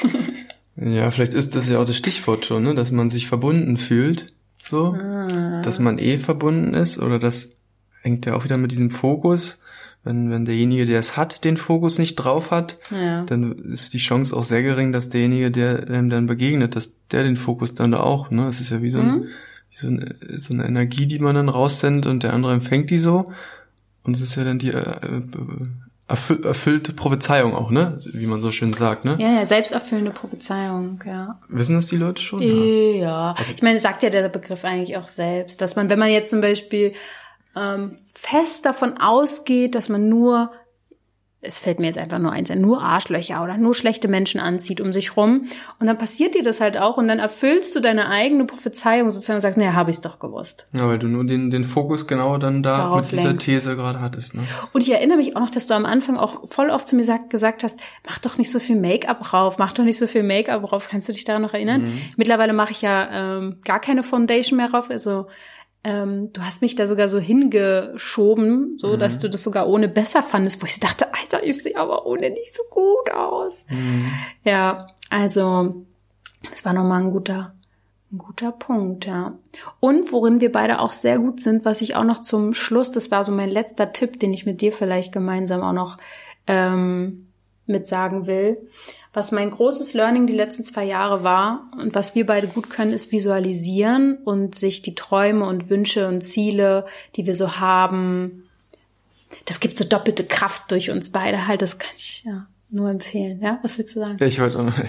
Ja, vielleicht ist das ja auch das Stichwort schon, ne, dass man sich verbunden fühlt, so, ah. dass man eh verbunden ist, oder das hängt ja auch wieder mit diesem Fokus. Wenn wenn derjenige, der es hat, den Fokus nicht drauf hat, ja. dann ist die Chance auch sehr gering, dass derjenige, der einem dann begegnet, dass der den Fokus dann da auch, ne, es ist ja wie so, ein, mhm. wie so, eine, so eine Energie, die man dann raussendet und der andere empfängt die so, und es ist ja dann die äh, Erfüll, erfüllte Prophezeiung auch, ne? Wie man so schön sagt, ne? Ja, ja, selbsterfüllende Prophezeiung, ja. Wissen das die Leute schon? Ja. ja. Also, ich meine, sagt ja der Begriff eigentlich auch selbst, dass man, wenn man jetzt zum Beispiel ähm, fest davon ausgeht, dass man nur, es fällt mir jetzt einfach nur eins ein, nur Arschlöcher oder nur schlechte Menschen anzieht um sich rum, und dann passiert dir das halt auch und dann erfüllst du deine eigene Prophezeiung sozusagen und sagst, naja, habe ich's doch gewusst. Ja, weil du nur den den Fokus genau dann da darauf mit dieser lenkst. These gerade hattest, ne? Und ich erinnere mich auch noch, dass du am Anfang auch voll oft zu mir sagt, gesagt hast, mach doch nicht so viel Make-up rauf, mach doch nicht so viel Make-up rauf. Kannst du dich daran noch erinnern? Mhm. Mittlerweile mache ich ja ähm, gar keine Foundation mehr rauf, also ähm, du hast mich da sogar so hingeschoben, so Mhm. dass du das sogar ohne besser fandest, wo ich dachte, Alter, ich sehe aber ohne nicht so gut aus. Mhm. Ja, also das war nochmal ein guter, ein guter Punkt, ja. Und worin wir beide auch sehr gut sind, was ich auch noch zum Schluss, das war so mein letzter Tipp, den ich mit dir vielleicht gemeinsam auch noch ähm, mit sagen will. Was mein großes Learning die letzten zwei Jahre war und was wir beide gut können, ist visualisieren und sich die Träume und Wünsche und Ziele, die wir so haben, das gibt so doppelte Kraft durch uns beide halt, das kann ich ja nur empfehlen. Ja, was willst du sagen? Ja, ich wollte auch noch.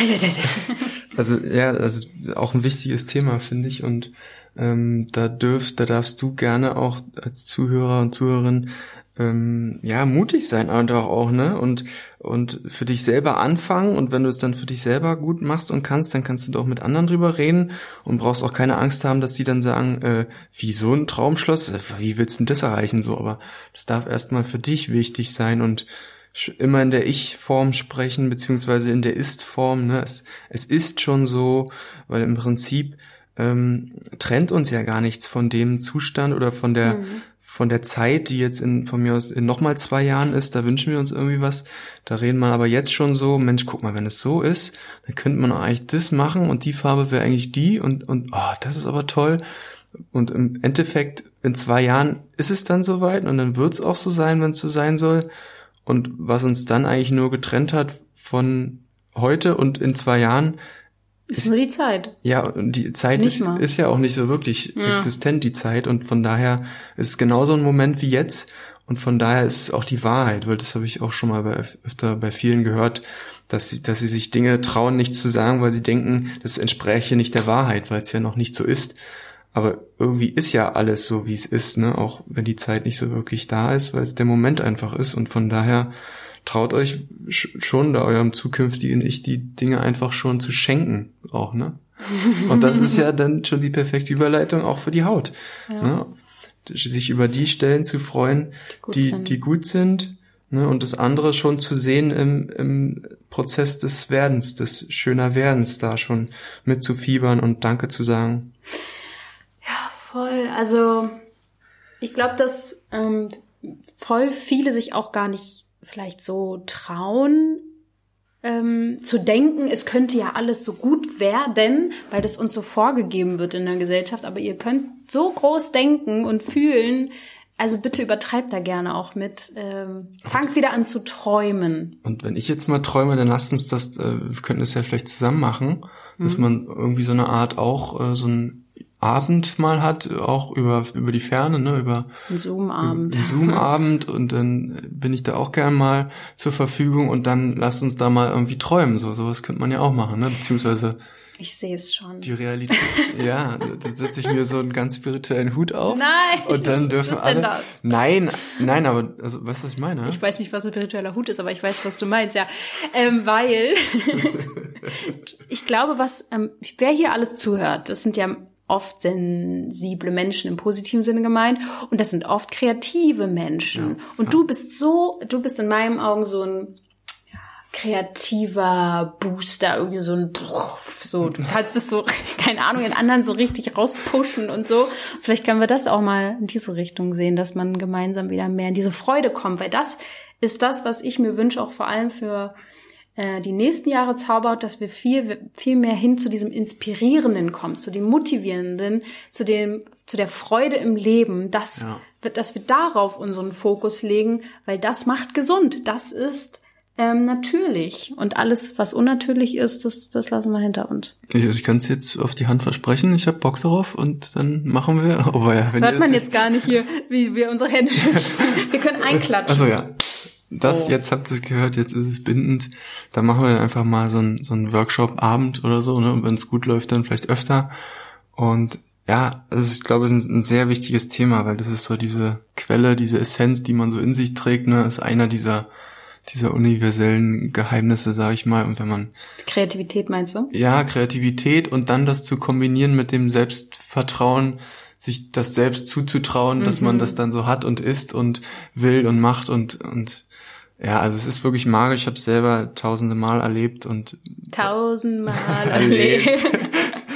Also ja, also auch ein wichtiges Thema, finde ich, und ähm, da dürfst, da darfst du gerne auch als Zuhörer und Zuhörerin ähm, ja mutig sein einfach auch, ne, und und für dich selber anfangen, und wenn du es dann für dich selber gut machst und kannst, dann kannst du doch mit anderen drüber reden und brauchst auch keine Angst haben, dass die dann sagen, äh, wie so ein Traumschloss, wie willst du denn das erreichen, so, aber das darf erstmal für dich wichtig sein und immer in der Ich-Form sprechen, beziehungsweise in der Ist-Form, ne, es, es ist schon so, weil im Prinzip ähm, trennt uns ja gar nichts von dem Zustand oder von der mhm. von der Zeit, die jetzt in von mir aus in nochmal zwei Jahren ist, da wünschen wir uns irgendwie was, da reden wir aber jetzt schon so, Mensch, guck mal, wenn es so ist, dann könnte man eigentlich das machen und die Farbe wäre eigentlich die und und oh, das ist aber toll. Und im Endeffekt in zwei Jahren ist es dann soweit und dann wird es auch so sein, wenn es so sein soll. Und was uns dann eigentlich nur getrennt hat von heute und in zwei Jahren ist, ist nur die Zeit. Ja, und die Zeit ist, ist ja auch nicht so wirklich ja. existent, die Zeit. Und von daher ist es genauso ein Moment wie jetzt. Und von daher ist es auch die Wahrheit, weil das habe ich auch schon mal bei, öfter bei vielen gehört, dass sie, dass sie sich Dinge trauen, nicht zu sagen, weil sie denken, das entspräche nicht der Wahrheit, weil es ja noch nicht so ist. Aber irgendwie ist ja alles so, wie es ist, ne? Auch wenn die Zeit nicht so wirklich da ist, weil es der Moment einfach ist. Und von daher traut euch schon da eurem zukünftigen Ich die Dinge einfach schon zu schenken, auch, ne? Und das ist ja dann schon die perfekte Überleitung auch für die Haut, ja. Ne? Sich über die Stellen zu freuen, die, die, die gut sind, ne? Und das andere schon zu sehen im, im Prozess des Werdens, des schöner Werdens, da schon mitzufiebern und Danke zu sagen. Ja, voll. Also ich glaube, dass ähm, voll viele sich auch gar nicht vielleicht so trauen, ähm, zu denken, es könnte ja alles so gut werden, weil das uns so vorgegeben wird in der Gesellschaft. Aber ihr könnt so groß denken und fühlen. Also bitte übertreibt da gerne auch mit. Ähm, fangt wieder an zu träumen. Und wenn ich jetzt mal träume, dann lasst uns das, äh, wir könnten das ja vielleicht zusammen machen, dass mhm. man irgendwie so eine Art auch, äh, so ein Abend mal hat, auch über über die Ferne, ne, über ein Zoom-Abend. Ein Zoom-Abend, und dann bin ich da auch gern mal zur Verfügung, und dann lasst uns da mal irgendwie träumen, so sowas könnte man ja auch machen, ne, beziehungsweise ich sehe es schon. Die Realität. Ja, da setze ich mir so einen ganz spirituellen Hut auf. Nein. Und dann dürfen was ist alle. Denn das? Nein, nein, aber also weißt du, was ich meine? Ich weiß nicht, was ein spiritueller Hut ist, aber ich weiß, was du meinst, ja. Ähm, weil ich glaube, was ähm, wer hier alles zuhört, das sind ja oft sensible Menschen im positiven Sinne gemeint, und das sind oft kreative Menschen. Ja, und ja. du bist so, du bist in meinen Augen so ein ja, kreativer Booster, irgendwie so ein so, du kannst es so, keine Ahnung, in anderen so richtig rauspushen und so. Vielleicht können wir das auch mal in diese Richtung sehen, dass man gemeinsam wieder mehr in diese Freude kommt, weil das ist das, was ich mir wünsche, auch vor allem für die nächsten Jahre Zauberhaut, dass wir viel, viel mehr hin zu diesem Inspirierenden kommen, zu dem Motivierenden, zu dem, zu der Freude im Leben, dass, ja. dass wir darauf unseren Fokus legen, weil das macht gesund. Das ist ähm, natürlich. Und alles, was unnatürlich ist, das, das lassen wir hinter uns. Ich, ich kann es jetzt auf die Hand versprechen, ich habe Bock drauf, und dann machen wir. Oh, ja, wenn hört man jetzt gar nicht hier, wie wir unsere Hände schütteln. Wir können einklatschen. Also ja. Das, oh. Jetzt habt ihr es gehört, jetzt ist es bindend. Da machen wir einfach mal so einen so einen Workshop-Abend oder so, ne? Und wenn es gut läuft, dann vielleicht öfter. Und ja, also ich glaube, es ist ein, ein sehr wichtiges Thema, weil das ist so diese Quelle, diese Essenz, die man so in sich trägt, ne? Ist einer dieser dieser universellen Geheimnisse, sage ich mal. Und wenn man Kreativität meinst du? Ja, Kreativität, und dann das zu kombinieren mit dem Selbstvertrauen, sich das selbst zuzutrauen, mhm. dass man das dann so hat und ist und will und macht und und ja, also es ist wirklich magisch. Ich habe es selber tausende Mal erlebt und tausendmal erlebt.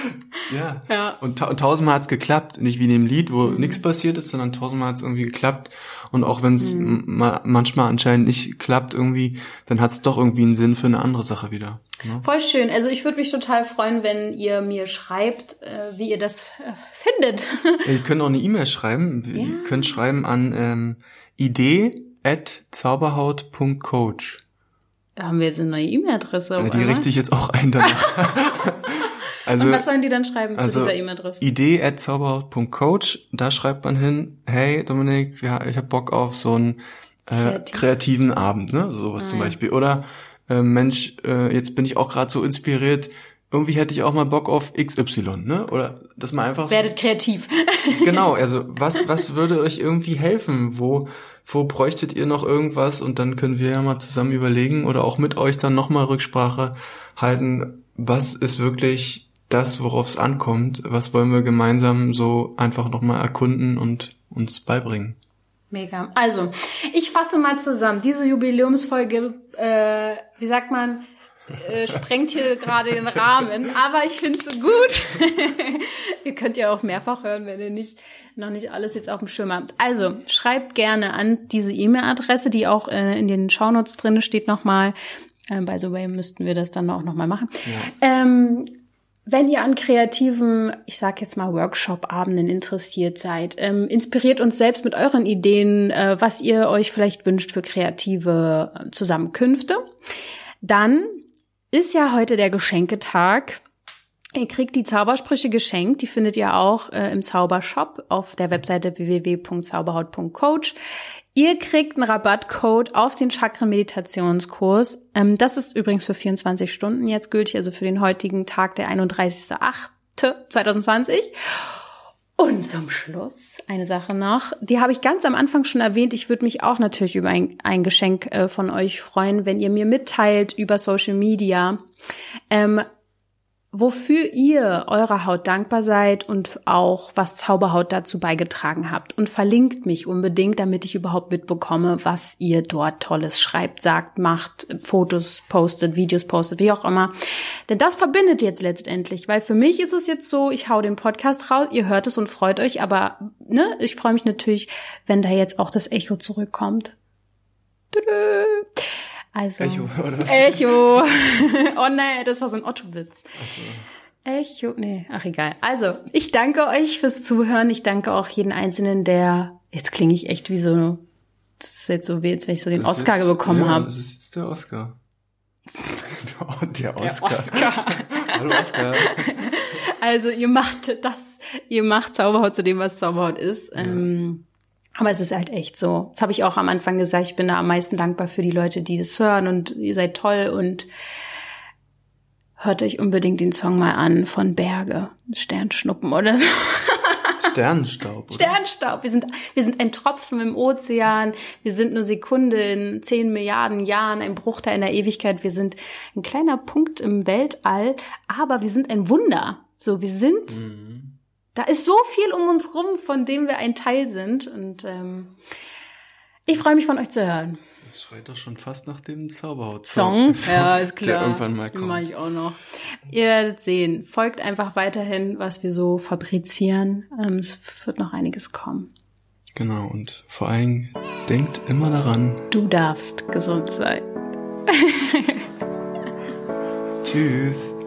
Ja. Ja. Und, ta- und tausendmal hat's geklappt. Nicht wie in dem Lied, wo Mhm. nichts passiert ist, sondern tausendmal hat's irgendwie geklappt. Und auch wenn es mhm. ma- manchmal anscheinend nicht klappt irgendwie, dann hat's doch irgendwie einen Sinn für eine andere Sache wieder. Ne? Voll schön. Also ich würde mich total freuen, wenn ihr mir schreibt, äh, wie ihr das äh, findet. Ja, ihr könnt auch eine E-Mail schreiben. Ja. Ihr könnt schreiben an ähm, idee at zauberhaut punkt coach. Haben wir jetzt eine neue E-Mail-Adresse? Ja, die richte ich jetzt auch ein danach. Also, und was sollen die dann schreiben also zu dieser E-Mail-Adresse? idee at zauberhaut punkt coach, da schreibt man hin, hey Dominik, ja, ich habe Bock auf so einen äh, Kreativ. kreativen Abend, ne, sowas Ah, zum ja. Beispiel. Oder äh, Mensch, äh, jetzt bin ich auch gerade so inspiriert, irgendwie hätte ich auch mal Bock auf X Y, ne? Oder dass man einfach so, Werdet kreativ. genau, also was was würde euch irgendwie helfen? Wo wo bräuchtet ihr noch irgendwas? Und dann können wir ja mal zusammen überlegen oder auch mit euch dann nochmal Rücksprache halten, was ist wirklich das, worauf es ankommt? Was wollen wir gemeinsam so einfach nochmal erkunden und uns beibringen? Mega. Also, ich fasse mal zusammen. Diese Jubiläumsfolge, äh, wie sagt man, äh, sprengt hier gerade den Rahmen, aber ich finde es gut. Ihr könnt ja auch mehrfach hören, wenn ihr nicht noch nicht alles jetzt auf dem Schirm habt. Also, schreibt gerne an diese E-Mail-Adresse, die auch äh, in den Shownotes drin steht nochmal. Äh, by the way, müssten wir das dann auch nochmal machen. Ja. Ähm, Wenn ihr an kreativen, ich sag jetzt mal Workshop-Abenden interessiert seid, ähm, inspiriert uns selbst mit euren Ideen, äh, was ihr euch vielleicht wünscht für kreative äh, Zusammenkünfte. Dann ist ja heute der Geschenketag. Ihr kriegt die Zaubersprüche geschenkt. Die findet ihr auch äh, im Zaubershop auf der Webseite w w w punkt zauberhaut punkt coach. Ihr kriegt einen Rabattcode auf den Chakren-Meditationskurs. Ähm, das ist übrigens für vierundzwanzig Stunden jetzt gültig, also für den heutigen Tag, der einunddreißigster achter zweitausendzwanzig. Und zum Schluss eine Sache noch, die habe ich ganz am Anfang schon erwähnt. Ich würde mich auch natürlich über ein, ein Geschenk äh, von euch freuen, wenn ihr mir mitteilt über Social Media, ähm, wofür ihr eurer Haut dankbar seid und auch was Zauberhaut dazu beigetragen habt. Und verlinkt mich unbedingt, damit ich überhaupt mitbekomme, was ihr dort Tolles schreibt, sagt, macht, Fotos postet, Videos postet, wie auch immer. Denn das verbindet jetzt letztendlich, weil für mich ist es jetzt so, ich hau den Podcast raus, ihr hört es und freut euch, aber ne, ich freue mich natürlich, wenn da jetzt auch das Echo zurückkommt. Tudö. Also, Echo, oder was? Echo. Oh nein, das war so ein Otto-Witz. Ach so. Echo, nee, ach egal. Also, ich danke euch fürs Zuhören. Ich danke auch jeden Einzelnen, der, jetzt klinge ich echt wie so, das ist jetzt so wie, als wenn ich so den Das Oscar ist, bekommen ja, habe. Das ist jetzt der Oscar. Der Der Oscar. Oscar. Hallo Oscar. Also, ihr macht das, ihr macht Zauberhaut zu dem, was Zauberhaut ist. Ja. Ähm, Aber es ist halt echt so. Das habe ich auch am Anfang gesagt. Ich bin da am meisten dankbar für die Leute, die das hören. Und ihr seid toll. Und hört euch unbedingt den Song mal an von Berge. Sternschnuppen oder so. Sternenstaub, oder? Sternstaub. Wir sind, wir sind ein Tropfen im Ozean. Wir sind eine Sekunde in zehn Milliarden Jahren, ein Bruchteil in der Ewigkeit. Wir sind ein kleiner Punkt im Weltall. Aber wir sind ein Wunder. So, wir sind... Mhm. Da ist so viel um uns rum, von dem wir ein Teil sind. Und ähm, ich freue mich, von euch zu hören. Das schreit doch schon fast nach dem Song? Zauberhaut-Song. Ja, ist klar. Der irgendwann mal kommt. Den mache ich auch noch. Ihr werdet sehen. Folgt einfach weiterhin, was wir so fabrizieren. Ähm, es wird noch einiges kommen. Genau, und vor allem denkt immer daran. Du darfst gesund sein. Tschüss.